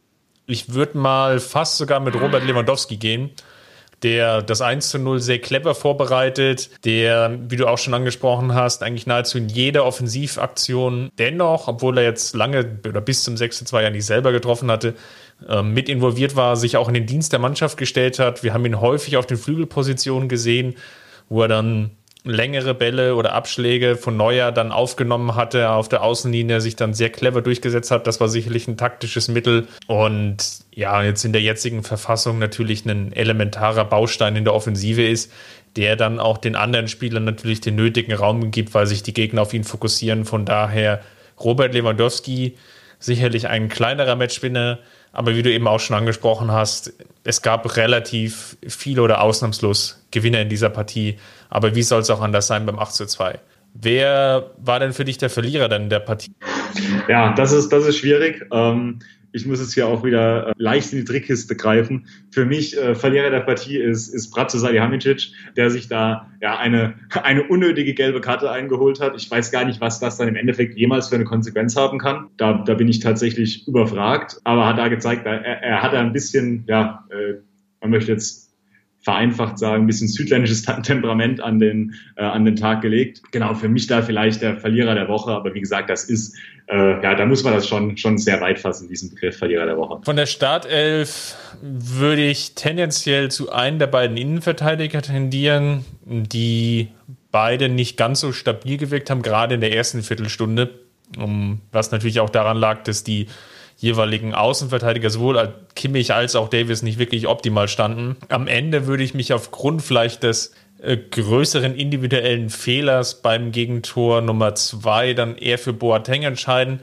Ich würde mal fast sogar mit Robert Lewandowski gehen, der das 1:0 sehr clever vorbereitet, der, wie du auch schon angesprochen hast, eigentlich nahezu in jeder Offensivaktion dennoch, obwohl er jetzt lange oder bis zum 6:2 ja nicht selber getroffen hatte, mit involviert war, sich auch in den Dienst der Mannschaft gestellt hat. Wir haben ihn häufig auf den Flügelpositionen gesehen, wo er dann längere Bälle oder Abschläge von Neuer dann aufgenommen hatte, auf der Außenlinie sich dann sehr clever durchgesetzt hat. Das war sicherlich ein taktisches Mittel und ja, jetzt in der jetzigen Verfassung natürlich ein elementarer Baustein in der Offensive ist, der dann auch den anderen Spielern natürlich den nötigen Raum gibt, weil sich die Gegner auf ihn fokussieren. Von daher Robert Lewandowski sicherlich ein kleinerer Matchwinner, aber wie du eben auch schon angesprochen hast, es gab relativ viele oder ausnahmslos Gewinner in dieser Partie. Aber wie soll es auch anders sein beim 8:2? Wer war denn für dich der Verlierer denn der Partie? Ja, das ist schwierig. Ich muss jetzt hier auch wieder leicht in die Trickkiste greifen. Für mich Verlierer der Partie ist Bratzo Salihamidzic, der sich da ja eine unnötige gelbe Karte eingeholt hat. Ich weiß gar nicht, was das dann im Endeffekt jemals für eine Konsequenz haben kann. Da bin ich tatsächlich überfragt. Aber hat da gezeigt, er hat da ein bisschen, man möchte jetzt vereinfacht sagen, ein bisschen südländisches Temperament an den Tag gelegt. Genau, für mich da vielleicht der Verlierer der Woche, aber wie gesagt, das ist, da muss man das schon sehr weit fassen, diesen Begriff Verlierer der Woche. Von der Startelf würde ich tendenziell zu einem der beiden Innenverteidiger tendieren, die beide nicht ganz so stabil gewirkt haben, gerade in der ersten Viertelstunde, was natürlich auch daran lag, dass die jeweiligen Außenverteidiger, sowohl Kimmich als auch Davies, nicht wirklich optimal standen. Am Ende würde ich mich aufgrund vielleicht des größeren individuellen Fehlers beim Gegentor Nummer 2 dann eher für Boateng entscheiden,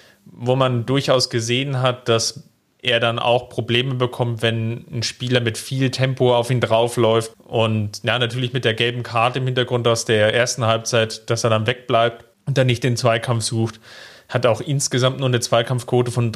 wo man durchaus gesehen hat, dass er dann auch Probleme bekommt, wenn ein Spieler mit viel Tempo auf ihn draufläuft und ja, natürlich mit der gelben Karte im Hintergrund aus der ersten Halbzeit, dass er dann wegbleibt und dann nicht den Zweikampf sucht. Hat auch insgesamt nur eine Zweikampfquote von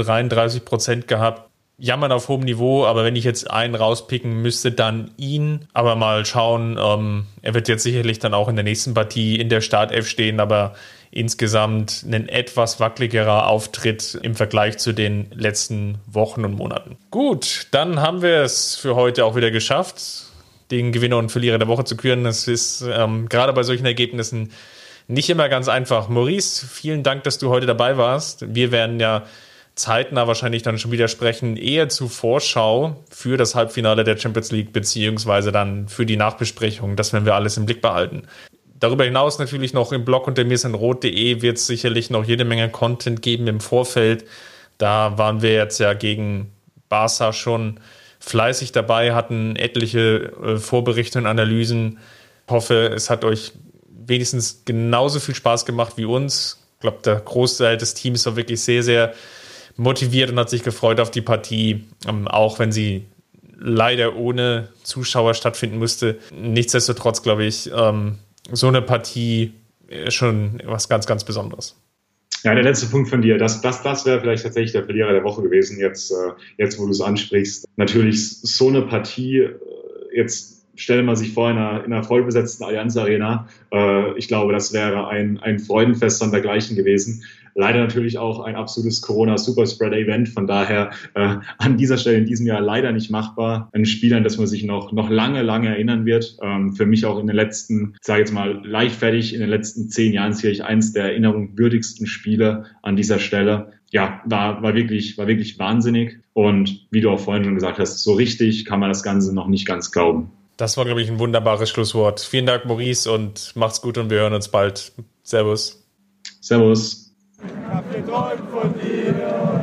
33% gehabt. Jammern auf hohem Niveau, aber wenn ich jetzt einen rauspicken müsste, dann ihn. Aber mal schauen, er wird jetzt sicherlich dann auch in der nächsten Partie in der Startelf stehen, aber insgesamt ein etwas wackeligerer Auftritt im Vergleich zu den letzten Wochen und Monaten. Gut, dann haben wir es für heute auch wieder geschafft, den Gewinner und Verlierer der Woche zu küren. Das ist gerade bei solchen Ergebnissen nicht immer ganz einfach. Maurice, vielen Dank, dass du heute dabei warst. Wir werden ja zeitnah wahrscheinlich dann schon wieder sprechen, eher zur Vorschau für das Halbfinale der Champions League, beziehungsweise dann für die Nachbesprechung. Das werden wir alles im Blick behalten. Darüber hinaus natürlich noch im Blog unter mirsinrot.de wird es sicherlich noch jede Menge Content geben im Vorfeld. Da waren wir jetzt ja gegen Barca schon fleißig dabei, hatten etliche Vorberichte und Analysen. Ich hoffe, es hat euch wenigstens genauso viel Spaß gemacht wie uns. Ich glaube, der Großteil des Teams war wirklich sehr, sehr motiviert und hat sich gefreut auf die Partie, auch wenn sie leider ohne Zuschauer stattfinden musste. Nichtsdestotrotz, glaube ich, so eine Partie schon was ganz, ganz Besonderes. Ja, der letzte Punkt von dir, das wäre vielleicht tatsächlich der Verlierer der Woche gewesen, jetzt wo du es ansprichst. Natürlich so eine Partie, jetzt stelle man sich vor in einer vollbesetzten Allianz Arena. Ich glaube, das wäre ein Freudenfest an dergleichen gewesen. Leider natürlich auch ein absolutes Corona-Superspreader-Event. Von daher an dieser Stelle in diesem Jahr leider nicht machbar. Ein Spiel, an das man sich noch lange, lange erinnern wird. Für mich auch in den letzten, ich sage jetzt mal leichtfertig, in den letzten 10 Jahren sicherlich eins der erinnerungswürdigsten Spiele an dieser Stelle. Ja, war wirklich wahnsinnig. Und wie du auch vorhin schon gesagt hast, so richtig kann man das Ganze noch nicht ganz glauben. Das war, glaube ich, ein wunderbares Schlusswort. Vielen Dank, Maurice, und macht's gut und wir hören uns bald. Servus. Servus. Ich hab geträumt von dir,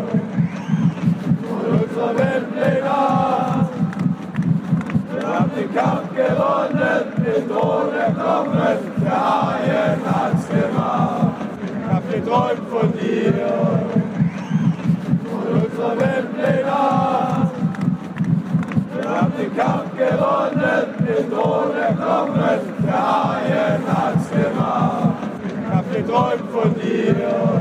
von unserer Weltpläne. Wir haben den Kampf gewonnen, den Thron erklommen, der Haien hat's gemacht. Ich hab geträumt von dir, von unserer Weltpläne. Wir haben den Kampf gewonnen, den Thron erklommen, der Haien hat's gemacht. Ich hab geträumt von dir.